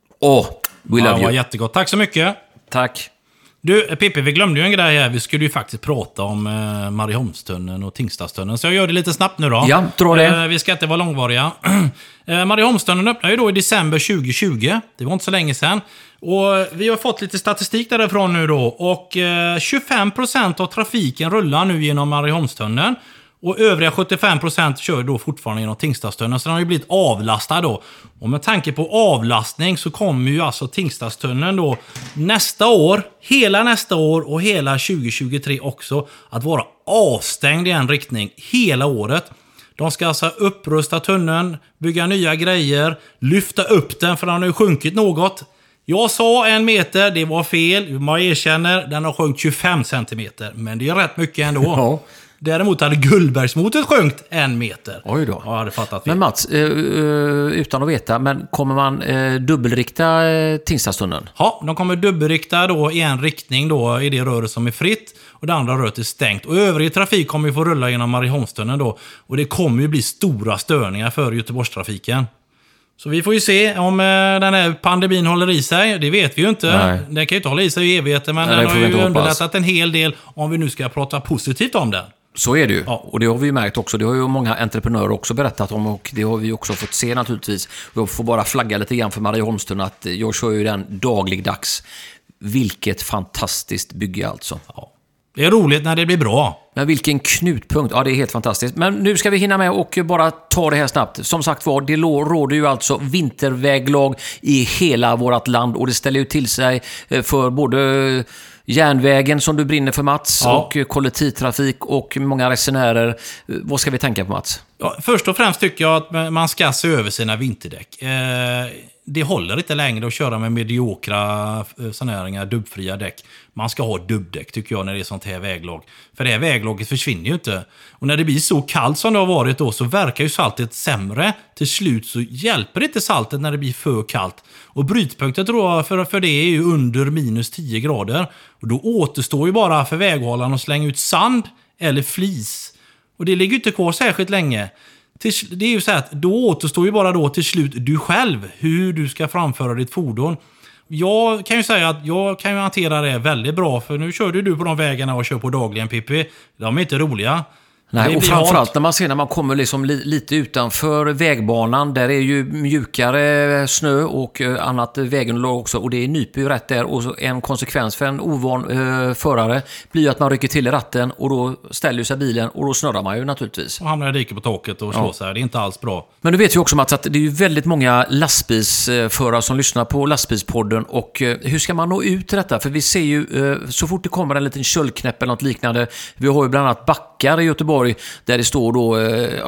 love Det var you. jättegott. Tack så mycket. Tack. Du, Pippi, vi glömde ju en grej här. Vi skulle ju faktiskt prata om Marieholmstunneln och Tingstadstunneln. Så jag gör det lite snabbt nu då. Ja, dra det. Vi ska inte vara långvariga. Marieholmstunneln öppnade ju då i december 2020. Det var inte så länge sedan. Och vi har fått lite statistik därifrån nu då. Och 25% av trafiken rullar nu genom Marieholmstunneln. Och övriga 75% kör då fortfarande genom Tingstadstunneln. Så den har ju blivit avlastad då. Och med tanke på avlastning så kommer ju alltså Tingstadstunneln då nästa år, hela nästa år och hela 2023 också att vara avstängd i en riktning hela året. De ska alltså upprusta tunneln, bygga nya grejer, lyfta upp den för den har ju sjunkit något. Jag sa 1 meter, det var fel. Man erkänner, den har sjunkit 25 centimeter. Men det är rätt mycket ändå. Ja. Däremot hade Gullbergsmotet sjunkit 1 meter. Oj då. Jag hade fattat fel. Men Mats, utan att veta, men kommer man dubbelrikta Tingstadstunneln? Ja, de kommer dubbelrikta då i en riktning då i det röret som är fritt och det andra röret är stängt. Och övrig trafik kommer ju få rulla genom Marieholmstunneln då. Och det kommer ju bli stora störningar för Göteborgstrafiken. Så vi får ju se om den här pandemin håller i sig. Det vet vi ju inte. Nej. Den kan ju inte hålla i sig i evigheter, men den har ju underlättat en hel del om vi nu ska prata positivt om den. Så är det ju. Ja. Och det har vi ju märkt också. Det har ju många entreprenörer också berättat om och det har vi också fått se naturligtvis. Jag får bara flagga lite grann för Marieholmstunneln att jag kör ju den dagligdags. Vilket fantastiskt bygge alltså. Ja. Det är roligt när det blir bra. Men vilken knutpunkt. Ja, det är helt fantastiskt. Men nu ska vi hinna med och bara ta det här snabbt. Som sagt var, det råder ju alltså vinterväglag i hela vårt land och det ställer ju till sig för både järnvägen som du brinner för, Mats, och kollektivtrafik och många resenärer. Vad ska vi tänka på, Mats? Ja, först och främst tycker jag att man ska se över sina vinterdäck. Det håller inte längre att köra med mediokra saneringar, dubbfria däck. Man ska ha dubbdäck tycker jag när det är sånt här väglag. För det här väglaget försvinner ju inte. Och när det blir så kallt som det har varit då så verkar ju saltet sämre. Till slut så hjälper inte saltet när det blir för kallt. Och brytpunkten tror jag för det är ju under minus 10 grader. Och då återstår ju bara för väghållaren att slänga ut sand eller flis. Och det ligger ju inte kvar särskilt länge. Det är ju så att då återstår ju bara då till slut du själv hur du ska framföra ditt fordon. Jag kan ju säga att jag kan ju hantera det väldigt bra för nu kör du på de vägarna och kör på dagligen, Pippi. De är inte roliga. Nej, och framförallt när man kommer liksom lite utanför vägbanan, där är ju mjukare snö och annat vägunderlag också, och det nyper ju rätt där, och så en konsekvens för en ovan förare blir ju att man rycker till i ratten och då ställer sig bilen och då snurrar man ju naturligtvis. Och hamnar i diket på taket och slår sig. Det är inte alls bra. Men du vet ju också, Mats, att det är ju väldigt många lastbilsförare som lyssnar på Lastbilspodden, och hur ska man nå ut till detta? För vi ser ju så fort det kommer en liten köldknäpp eller något liknande, vi har ju bland annat backar i Göteborg där det står då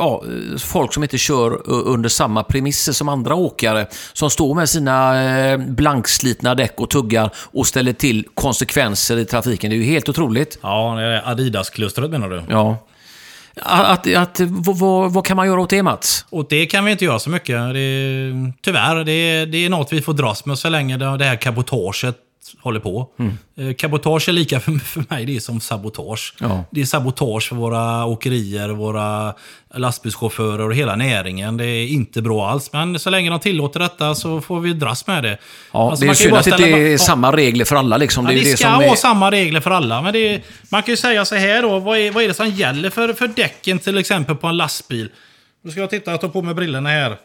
folk som inte kör under samma premisser som andra åkare, som står med sina blankslitna däck och tuggar och ställer till konsekvenser i trafiken. Det är ju helt otroligt. Ja, det är Adidas-klustret menar du? Ja. Vad kan man göra åt det, Mats? Åt det kan vi inte göra så mycket. Tyvärr, det är något vi får dras med så länge det här kabotaget håller på. Kabotage är lika för mig, det är som sabotage. Ja. Det är sabotage för våra åkerier, våra lastbilschaufförer och hela näringen. Det är inte bra alls, men så länge de tillåter detta så får vi dras med det. Ja, Alltså, det är man kan ju synd bara att det ställa- inte är ja. samma regler för alla. Liksom. Ja, Det är ju det det ska som vara är... samma regler för alla, men man kan ju säga så här då, vad är det som gäller för däcken till exempel på en lastbil? Nu ska jag titta, jag tar på mig brillorna här.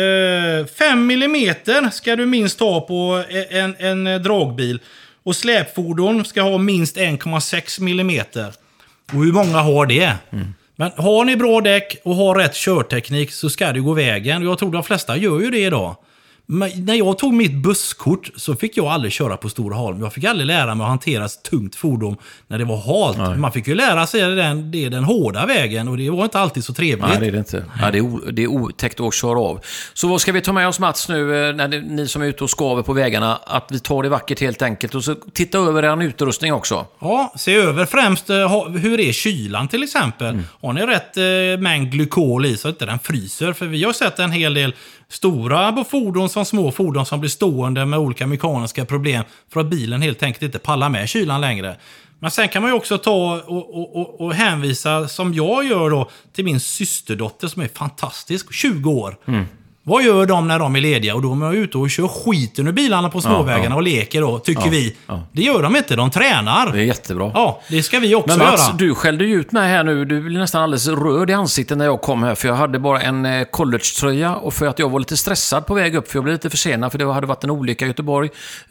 5 millimeter ska du minst ha på en dragbil. Och släpfordon ska ha minst 1,6 millimeter. Och hur många har det? Men har ni bra däck och har rätt körteknik så ska det gå vägen. Jag tror de flesta gör ju det idag. Men när jag tog mitt busskort så fick jag aldrig köra på Stora Holm. Jag fick aldrig lära mig att hantera ett tungt fordon när det var halt. Nej. Man fick ju lära sig det är den hårda vägen och det var inte alltid så trevligt. Nej, det är det inte. Ja, det är otäckt att köra av. Så vad ska vi ta med oss, Mats, nu när ni som är ute och skaver på vägarna? Att vi tar det vackert helt enkelt och så titta över er utrustning också. Ja, se över främst hur är kylan till exempel. Har ni rätt mängd glykol i så att inte den fryser? För vi har sett en hel del stora fordon som små fordon som blir stående med olika mekaniska problem för att bilen helt enkelt inte pallar med kylan längre. Men sen kan man ju också ta och hänvisa, som jag gör då, till min systerdotter som är fantastisk, 20 år. Vad gör de när de är lediga? Och då är de ute och kör skiten ur bilarna på småvägarna och leker då, tycker vi. Det gör de inte, de tränar. Det är jättebra. Ja, det ska vi också Men Mats, göra. du skällde ju ut mig här nu. Du blev nästan alldeles röd i ansiktet när jag kom här. För jag hade bara en college-tröja. Och för att jag var lite stressad på väg upp. För jag blev lite försenad. För det hade varit en olycka i Göteborg.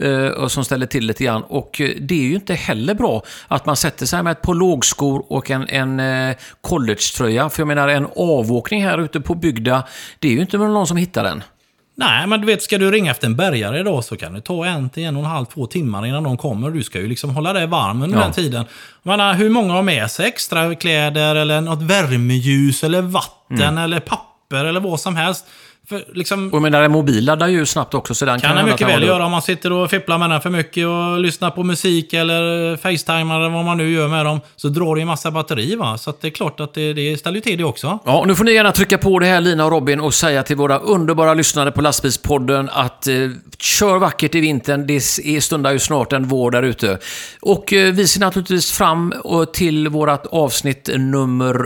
Som ställde till lite grann. Och det är ju inte heller bra att man sätter sig med ett par lågskor och en college-tröja. För jag menar, en avåkning här ute på bygda. Det är ju inte någon som hittar den. Nej, men du vet, ska du ringa efter en bärgare idag så kan det ta 1-1,5-2 timmar innan de kommer. Du ska ju liksom hålla dig varm under den tiden. Men hur många har med sig extra kläder eller något värmeljus eller vatten eller papper eller vad som helst? För liksom, Och jag menar, en mobil laddar ju snabbt också. Så den kan det mycket väl göra om man sitter och fipplar med den för mycket och lyssnar på musik eller FaceTime eller vad man nu gör med dem, så drar det ju massa batteri, va? Så att det är klart att det ställer till det också. Ja, nu får ni gärna trycka på det här, Lina och Robin, och säga till våra underbara lyssnare på Lastbilspodden att kör vackert i vintern. Det stundar ju snart en vår där ute. Och vi ser naturligtvis fram till vårat avsnitt nummer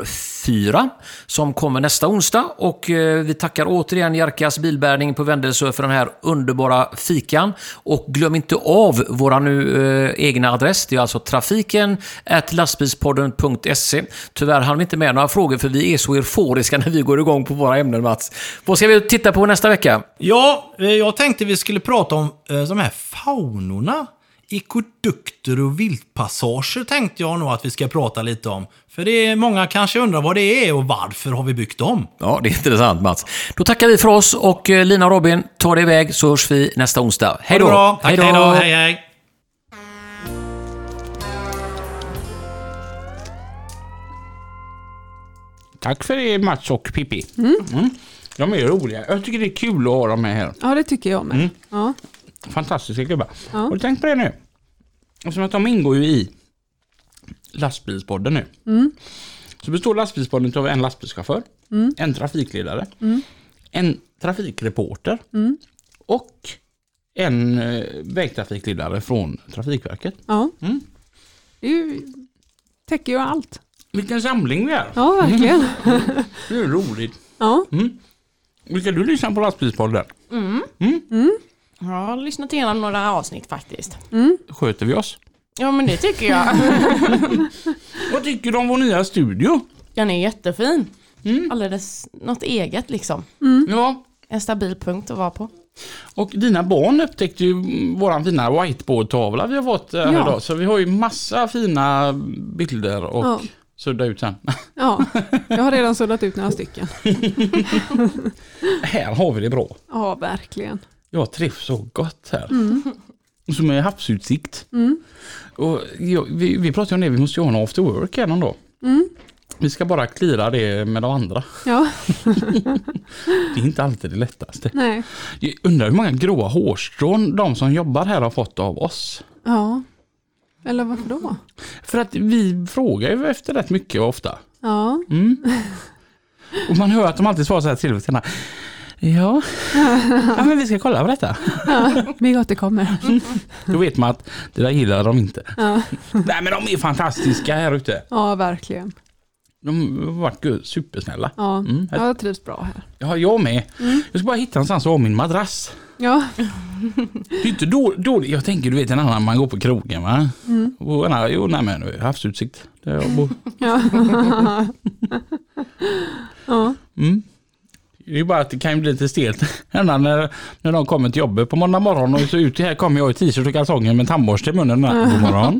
4 som kommer nästa onsdag. Och vi tackar återigen Jerkas bilbärning på Vändelsö för den här underbara fikan. Och glöm inte av våra egna adress. Det är alltså trafiken@lastbilspodden.se. Tyvärr hann vi inte med några frågor för vi är så euforiska när vi går igång på våra ämnen, Mats. Vad ska vi titta på nästa vecka? Ja, jag tänkte vi skulle prata om de här faunorna. Ekodukter och viltpassager tänkte jag nog att vi ska prata lite om. För det är många kanske undrar vad det är och varför har vi byggt dem. Ja, det är intressant, Mats. Då tackar vi för oss och Lina och Robin tar det iväg så hörs vi nästa onsdag. Hej då! Tack, hej då! Hej, hej! Tack för det, Mats och Pippi. De är roliga. Jag tycker det är kul att ha dem med här. Ja, det tycker jag med. Ja. Fantastiska gubbar. Ja. Har du tänkt på det nu? Eftersom att de ingår ju i Lastbilspodden nu. Så består Lastbilspodden av en lastbilschaufför, en trafikledare, en trafikreporter och en vägtrafikledare från Trafikverket. Ja. Det är ju, täcker ju allt. Vilken samling vi är. Ja, verkligen. Det är roligt. Ja. Vilka du lyssnar på Lastbilspodden? Jag har lyssnat igenom några avsnitt faktiskt. Sköter vi oss? Ja, men det tycker jag. Vad tycker du om vår nya studio? Den är jättefin. Alldeles något eget liksom. Ja. En stabil punkt att vara på. Och dina barn upptäckte ju våran fina whiteboard-tavla vi har fått här idag. Så vi har ju massa fina bilder och sudda ut sen. Ja, jag har redan suddat ut några stycken. Här har vi det bra. Ja, verkligen. Jag trivs så gott här. Som är havsutsikt. Och vi pratar ju om det, vi måste ju ha en after work här någon dag. Vi ska bara klira det med de andra. Ja. Det är inte alltid det lättaste. Nej. Jag undrar hur många gråa hårstrån de som jobbar här har fått av oss. Ja. Eller varför då? För att vi frågar ju efter rätt mycket ofta. Ja. Och man hör att de alltid svarar så här till. Ja, men vi ska kolla på detta. Ja, vi återkommer. Då vet man att det där gillar de inte. Ja. Nej, men de är fantastiska här ute. Ja, verkligen. De har varit supersnälla. Ja, jag trivs bra här. Ja, jag med. Jag ska bara hitta någonstans att ha min madrass. Ja. Det är inte dåligt. Jag tänker, du vet, en annan man går på krogen, va? Och men havsutsikt. Där jag bor. Ja. Ja. Det är bara att det kan bli lite stelt. När de kommer till jobbet på måndag morgon och så ut här kommer jag i t-shirt och kalsonger med tandborste i munnen. God morgon.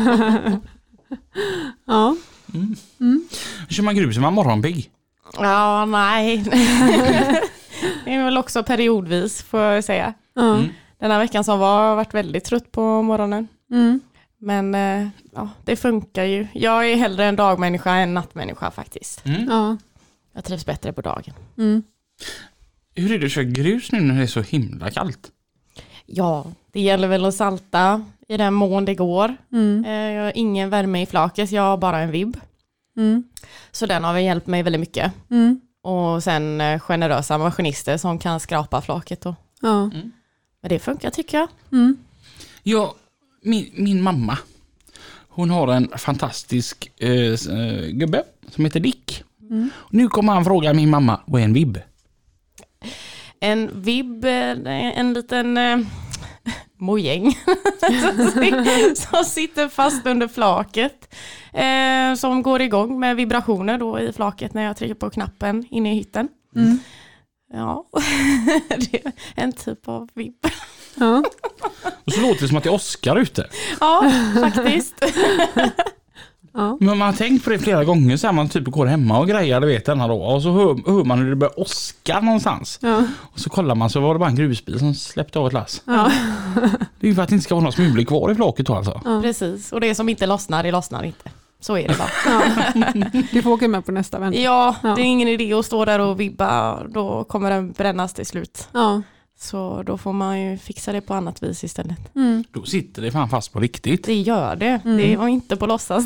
Ja. Kör man grus är man morgonpigg? Ja, nej. Det är väl också periodvis, får jag säga. Den här veckan som har jag varit väldigt trött på morgonen. Men ja, det funkar ju. Jag är hellre en dagmänniska än nattmänniska faktiskt. Ja. Jag trivs bättre på dagen. Hur är det att köra grus nu när det är så himla kallt? Ja, det gäller väl att salta i den mån det går. Jag har ingen värme i flaket, jag har bara en vibb. Så den har väl hjälpt mig väldigt mycket. Och sen generösa maskinister som kan skrapa flaket. Och. Ja. Men det funkar tycker jag. Ja, min mamma, hon har en fantastisk gubbe som heter Dick. Nu kommer han fråga min mamma, vad är en vibb? En vibb, en liten mojäng som sitter fast under flaket. Som går igång med vibrationer då i flaket när jag trycker på knappen inne i hytten. Ja, det är en typ av vibb. Ja. Och så låter det som att det är Oscar ute. Ja, faktiskt. Ja. Men man har tänkt på det flera gånger så här, man typ går hemma och grejer, det vet denna då. Och så hör man hur det börjar åska någonstans. Ja. Och så kollar man så var det bara en grusbil som släppte av ett lass. Ja. Det är ju för att det inte ska vara något smulor kvar i flaket då alltså. Ja. Precis, och det som inte lossnar, det lossnar inte. Så är det bara. Ja. Du får åka med på nästa vänta. Ja, det är ingen idé att stå där och vibba. Då kommer den brännas till slut. Ja. Så då får man ju fixa det på annat vis istället. Då sitter det fan fast på riktigt. Det gör det. Det var inte på låtsas.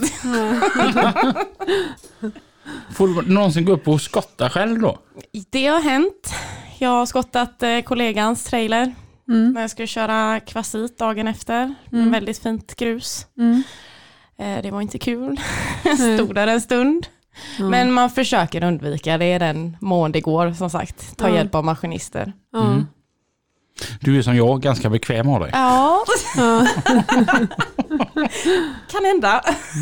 Får du någonsin gå upp och skotta själv då? Det har hänt. Jag har skottat kollegans trailer. När jag skulle köra kvasit dagen efter. Väldigt fint grus. Det var inte kul. Stod där en stund. Men man försöker undvika. Det är den mån det går, som sagt. Ta hjälp av maskinister. Du är som jag, ganska bekväm av dig. Ja. Kan hända.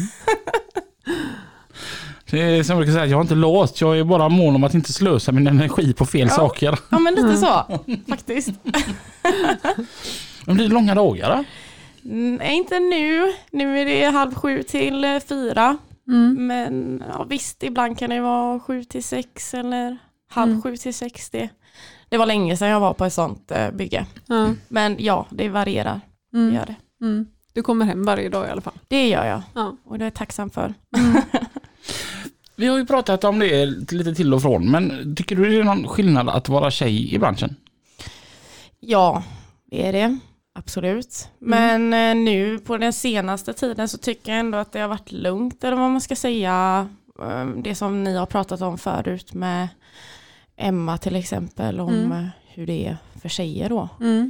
Det är som jag kan säga, jag har inte låst. Jag är bara mån om att inte slösa min energi på fel saker. Ja, men lite så. Faktiskt. Men blir det långa dagar då? Nej, inte nu. Nu är det 5:30 till 4. Men ja, visst, ibland kan det vara 7 till 6 eller 5:30 till 6. Det var länge sedan jag var på ett sånt bygge. Men ja, det varierar. Det gör det. Du kommer hem varje dag i alla fall. Det gör jag. Ja. Och det är jag tacksam för. Vi har ju pratat om det lite till och från. Men tycker du det är någon skillnad att vara tjej i branschen? Ja, det är det. Absolut. Men nu på den senaste tiden så tycker jag ändå att det har varit lugnt. Eller vad man ska säga. Det som ni har pratat om förut med Emma till exempel. Om hur det är för tjejer då.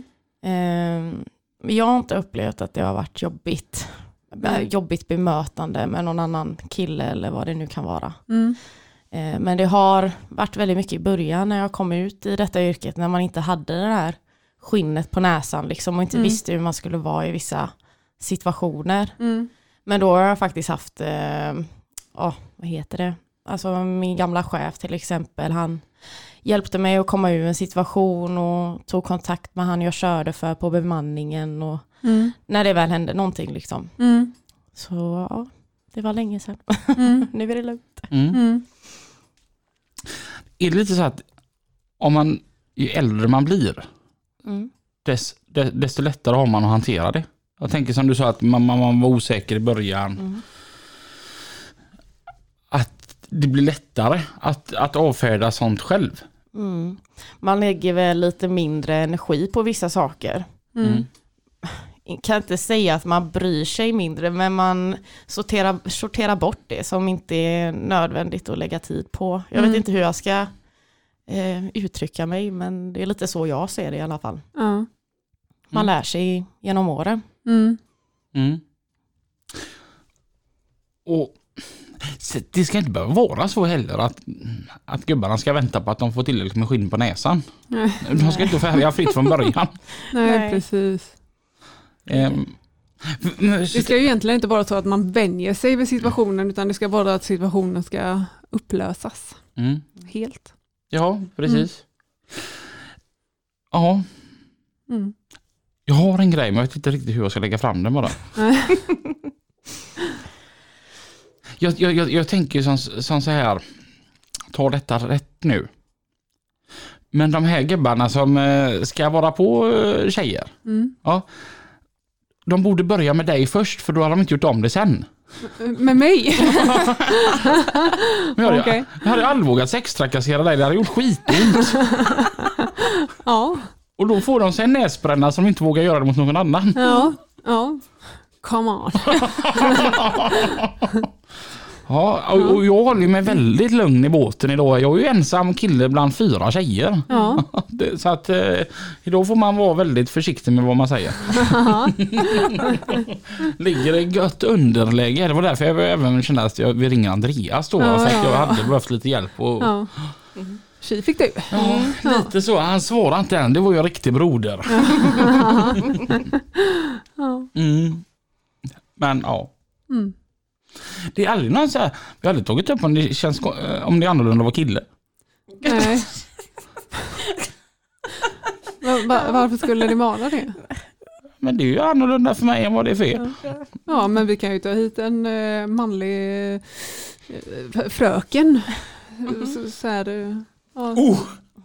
Jag har inte upplevt att det har varit jobbigt. Jobbigt bemötande med någon annan kille eller vad det nu kan vara. Men det har varit väldigt mycket i början när jag kom ut i detta yrket. När man inte hade det här skinnet på näsan liksom, och inte visste hur man skulle vara i vissa situationer. Men då har jag faktiskt haft vad heter det? Alltså min gamla chef till exempel, han hjälpte mig att komma ur en situation och tog kontakt med han jag körde för på bemanningen och när det väl hände någonting liksom. Så ja, det var länge sedan. Nu är det lugnt. Är det lite så att om man, ju äldre man blir desto lättare har man att hantera det? Jag tänker som du sa att man var osäker i början. Att det blir lättare att avfärda sånt själv. Man lägger väl lite mindre energi på vissa saker. Kan inte säga att man bryr sig mindre, men man sorterar bort det som inte är nödvändigt att lägga tid på. Jag vet inte hur jag ska uttrycka mig, men det är lite så jag ser det i alla fall. Ja. Man lär sig genom åren. Och det ska inte behöva vara så heller att gubbarna ska vänta på att de får tillräckligt med skinn på näsan. Nej. De ska inte färga fritt från början. Nej, precis. Det ska ju egentligen inte vara så att man vänjer sig vid situationen, utan det ska vara att situationen ska upplösas. Helt. Ja, precis. Ja. Jag har en grej, men jag vet inte riktigt hur jag ska lägga fram den bara. Jag tänker som så här, ta detta rätt nu. Men de här gubbarna som ska vara på tjejer, ja, de borde börja med dig först, för då har de inte gjort om det sen. Med mig? Men jag hade aldrig vågat sextrakassera dig, det hade gjort skitont. Ja. Och då får de sig en näsbränna som inte vågar göra det mot någon annan. Ja. Come on. Ja, och jag håller mig väldigt lugn i båten idag. Jag är ju ensam kille bland 4 tjejer. Ja. Så att idag får man vara väldigt försiktig med vad man säger. Ligger det gött underläge. Det var därför jag även kände att jag vill ringa Andreas då. För att jag hade behövt lite hjälp. Och... Tji fick du. Ja, lite så. Han svarade inte än. Det var ju en riktig broder. Men ja. Det är aldrig någon så här, vi har aldrig tagit upp om det är annorlunda att vara kille. Nej. Varför skulle det vara det? Men det är ju annorlunda för mig än vad det är för er. Ja, men vi kan ju ta hit en manlig fröken. Så här, ja.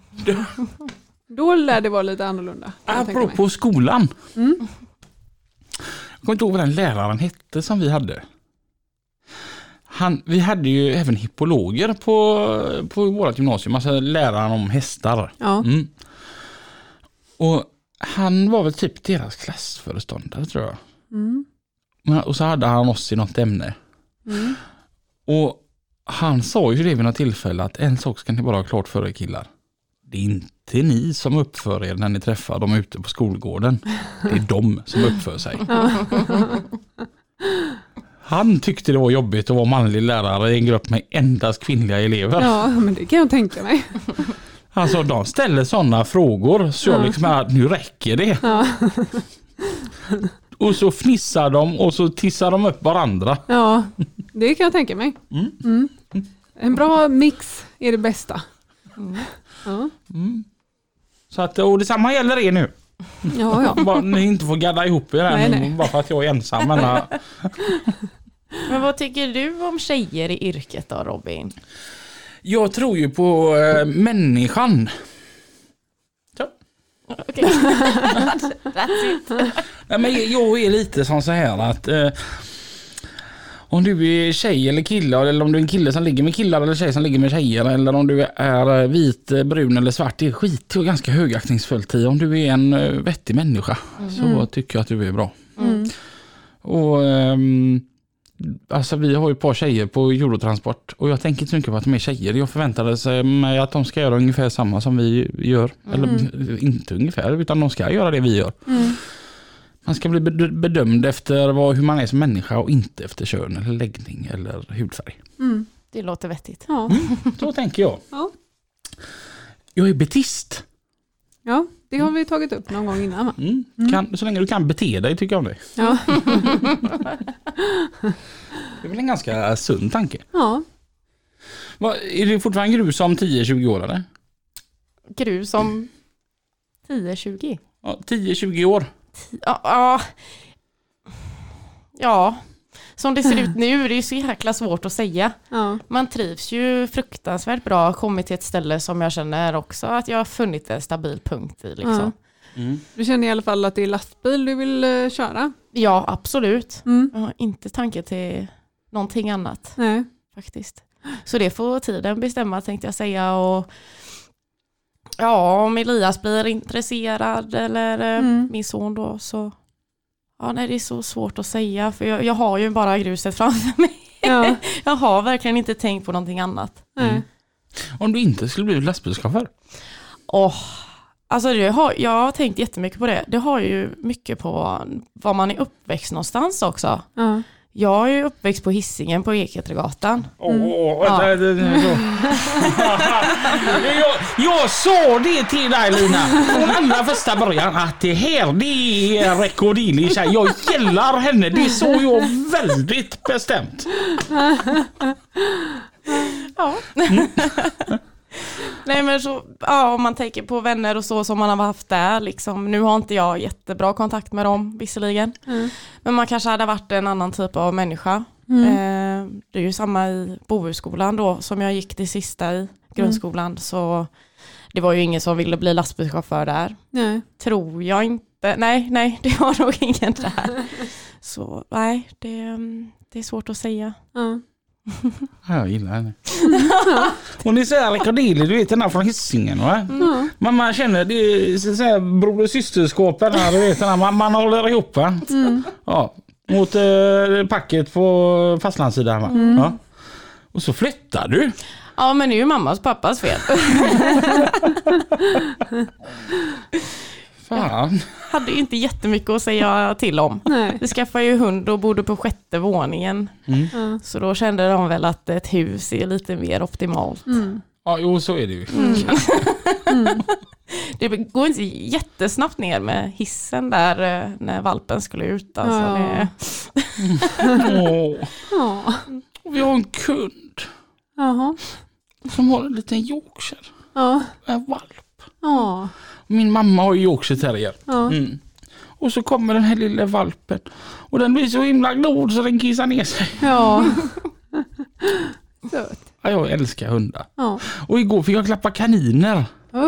Då lär det vara lite annorlunda. Apropå skolan. Jag kommer inte ihåg vad den läraren hette som vi hade. Vi hade ju även hippologer på vårt gymnasium, alltså läraren om hästar. Ja. Och han var väl typ deras klassföreståndare, tror jag. Och så hade han oss i något ämne. Och han sa ju det vid något tillfälle att en sak ska ni bara ha klart för er, killar. Det är inte ni som uppför er när ni träffar dem ute på skolgården. Det är de som uppför sig. Han tyckte det var jobbigt att vara manlig lärare i en grupp med endast kvinnliga elever. Ja, men det kan jag tänka mig. Alltså de ställer sådana frågor så jag liksom är, nu räcker det. Ja. Och så fnissar de och så tissar de upp varandra. Ja, det kan jag tänka mig. En bra mix är det bästa. Ja. Så att, och detsamma gäller er nu. Ja. Bara, ni inte får gadda ihop er här bara för att jag är ensam. Men vad tycker du om tjejer i yrket då, Robin? Jag tror ju på människan. Så. Okay. That's it. Nej, men jag är lite som så här att om du är tjej eller kille, eller om du är en kille som ligger med killar eller tjej som ligger med tjejer, eller om du är vit, brun eller svart, det är skit och ganska högaktningsfullt i. Om du är en vettig människa så tycker jag att du är bra. Och alltså vi har ju ett par tjejer på Eurotransport och jag tänker inte så mycket på att de är tjejer. Jag förväntade mig att de ska göra ungefär samma som vi gör. Eller inte ungefär, utan de ska göra det vi gör. Man ska bli bedömd efter hur man är som människa och inte efter kön eller läggning eller hudfärg. Det låter vettigt. Ja. Så tänker jag. Ja. Jag är betist. Ja, det har vi tagit upp någon gång innan. Så länge du kan bete dig tycker jag om det. Ja. Det är väl en ganska sund tanke. Ja. Är det fortfarande grus om 10-20 år eller? Grus om 10-20? Ja, 10-20 år. Ja, som det ser ut nu är det ju så jäkla svårt att säga. Ja. Man trivs ju fruktansvärt bra, kommit till ett ställe som jag känner också att jag har funnit en stabil punkt i. Liksom. Du känner i alla fall att det är lastbil du vill köra? Ja, absolut. Jag har inte tanke till någonting annat. Nej. Faktiskt. Så det får tiden bestämma, tänkte jag säga. Och ja, om Elias blir intresserad eller min son då, så ja, nej, det är så svårt att säga, för jag har ju bara gruset framför mig. Ja. Jag har verkligen inte tänkt på någonting annat. Om du inte skulle bli lastbilschaufför? Alltså jag har tänkt jättemycket på det. Det har ju mycket på var man är uppväxt någonstans också. Jag är ju uppväxt på Hisingen på Eketregatan. Jag sa det till dig, Lina, från allra första början, att det är Recordili. Jag gillar henne, det såg jag väldigt bestämt. Ja. Nej, men så, om man tänker på vänner och så som man har haft där liksom, nu har inte jag jättebra kontakt med dem visserligen, men man kanske hade varit en annan typ av människa. Det är ju samma i Bohusskolan då, som jag gick det sista i grundskolan, så det var ju ingen som ville bli lastbilschaufför där. Tror jag inte. Nej, det var nog ingen där. Så nej, det är svårt att säga. Jag gillar henne. Hon är så här Recordili, du vet den här från Hisingen, va? Man känner det är så här bror- och systerskåpen här, du vet den här, man håller ihop, va? Ja, mot packet på fastlandssidan, va? Ja. Och så flyttar du. Ja, men det är ju mammas och pappas fel. Fan. Hade ju inte jättemycket att säga till om. Vi skaffade ju hund och bodde på 6:e våningen. Så då kände de väl att ett hus är lite mer optimalt. Ja, jo, så är det ju. Det går inte jättesnabbt ner med hissen där när valpen skulle ut. Alltså Vi har en kund som har en liten Yorkshire. En valp. Min mamma har ju Yorkshire terrier. Och så kommer den här lilla valpen. Och den blir så himla glad så den kissar ner sig. Söt. Ja, jag älskar hundar. Och igår fick jag klappa kaniner.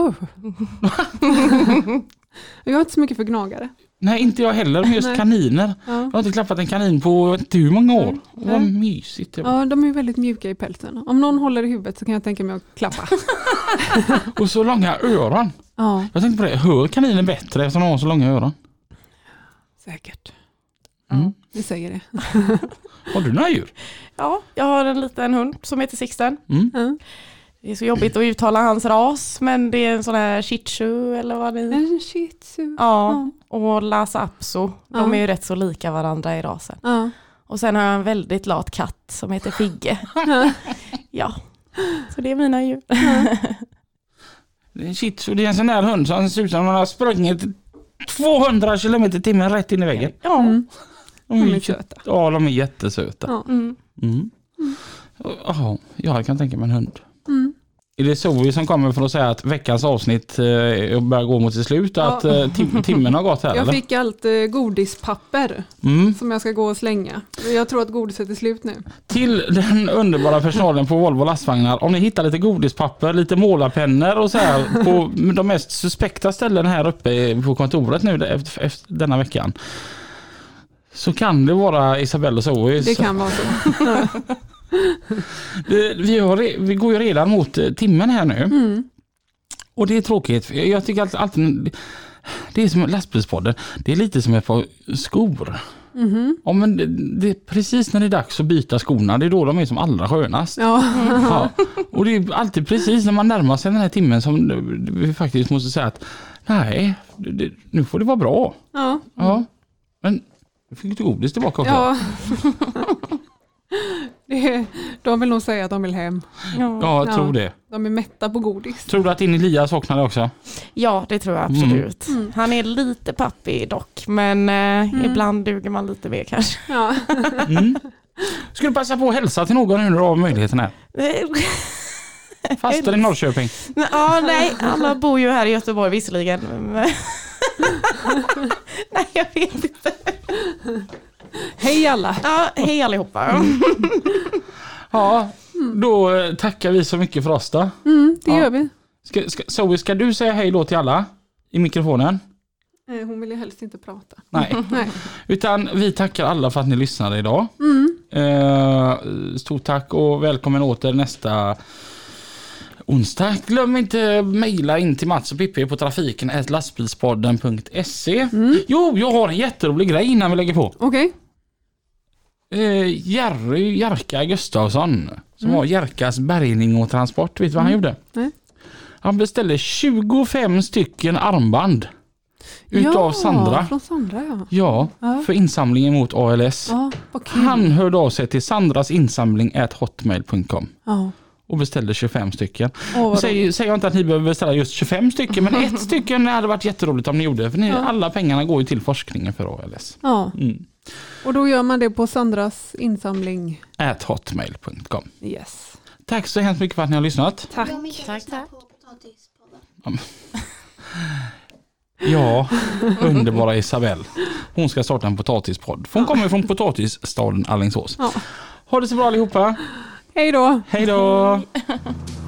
Jag har inte så mycket för gnagare. Nej, inte jag heller, men just kaniner. Jag har inte klappat en kanin på jag vet inte hur många år. Vad mysigt det var. Ja, de är väldigt mjuka i pälsen. Om någon håller i huvudet så kan jag tänka mig att klappa. Och så långa öron. Jag tänkte på det, hör kaninen bättre eftersom de har så långa öron? Säkert. Det säger det. Har du några djur? Ja, jag har en liten hund som heter Sixten. Det är så jobbigt att uttala hans ras, men det är en sån här shih tzu eller vad det är. En shih tzu. Ja, och Lhasa Apso. De är ju rätt så lika varandra i rasen. Och sen har jag en väldigt lat katt som heter Figge. Ja, så det är mina djur. Det är en shih tzu, det är en sån där hund som ser ut som man har sprungit 200 km/h rätt in i väggen. De är söta. Ja, de är jättesöta. Jag kan tänka mig en hund. Är det Zoe som kommer för att säga att veckans avsnitt börjar gå mot sitt slut och att timmen har gått här? Jag eller? fick allt godispapper som jag ska gå och slänga. Jag tror att godiset är slut nu. Till den underbara personalen på Volvo lastvagnar, om ni hittar lite godispapper, lite målarpennor och så här på de mest suspekta ställen här uppe på kontoret nu efter denna veckan, så kan det vara Isabelle och Zoe. Det kan vara så. Vi går ju redan mot timmen här nu. Och det är tråkigt. Jag tycker alltid det är som lastbilspodden. Det är lite som ett par skor. Ja, men det är precis när det är dags att byta skorna. Det är då de är som allra skönast. Ja. Och det är alltid precis när man närmar sig den här timmen som vi faktiskt måste säga att nej, nu får det vara bra. Ja. Men jag fick lite godis tillbaka också. Ja. De vill nog säga att de vill hem. Ja, jag tror det. De är mätta på godis. Tror du att din Elias saknar det också? Ja, det tror jag absolut. Han är lite pappig dock, men ibland duger man lite mer kanske. Ja. Ska du passa på att hälsa till någon nu av möjligheten här? Faster i Norrköping. Ja, nej, alla bor ju här i Göteborg visserligen. Nej, jag vet inte. Hej alla. Ja, hej allihopa. Ja, då tackar vi så mycket för oss då. Det gör vi. Zoe, ska du säga hej då till alla i mikrofonen? Hon vill ju helst inte prata. Nej. Utan vi tackar alla för att ni lyssnade idag. Stort tack och välkommen åter nästa onsdag. Glöm inte mejla in till Mats och Pippi på trafiken@lastbilspodden.se. Jo, jag har en jätterolig grej innan vi lägger på. Okej. Jerka Gustafsson som var Jerkas bärgning och transport. Vet du vad han gjorde? Nej. Han beställde 25 stycken armband utav Sandra. Från Sandra, Ja, för insamlingen mot ALS. Ja, vad kul. Han hörde av sig till Sandras insamling @hotmail.com. Ja. Och beställde 25 stycken. Vad Säger jag inte att ni behöver beställa just 25 stycken, men ett stycken hade varit jätteroligt om ni gjorde. För alla pengarna går ju till forskningen för ALS. Ja. Och då gör man det på Sandras insamling. @hotmail.com. Yes. Tack så hemskt mycket för att ni har lyssnat. Tack. Ja, underbara Isabelle. Hon ska starta en potatispodd. För hon kommer från potatisstaden Alingsås. Ja. Ha det så bra allihopa. Hej då. Hej då.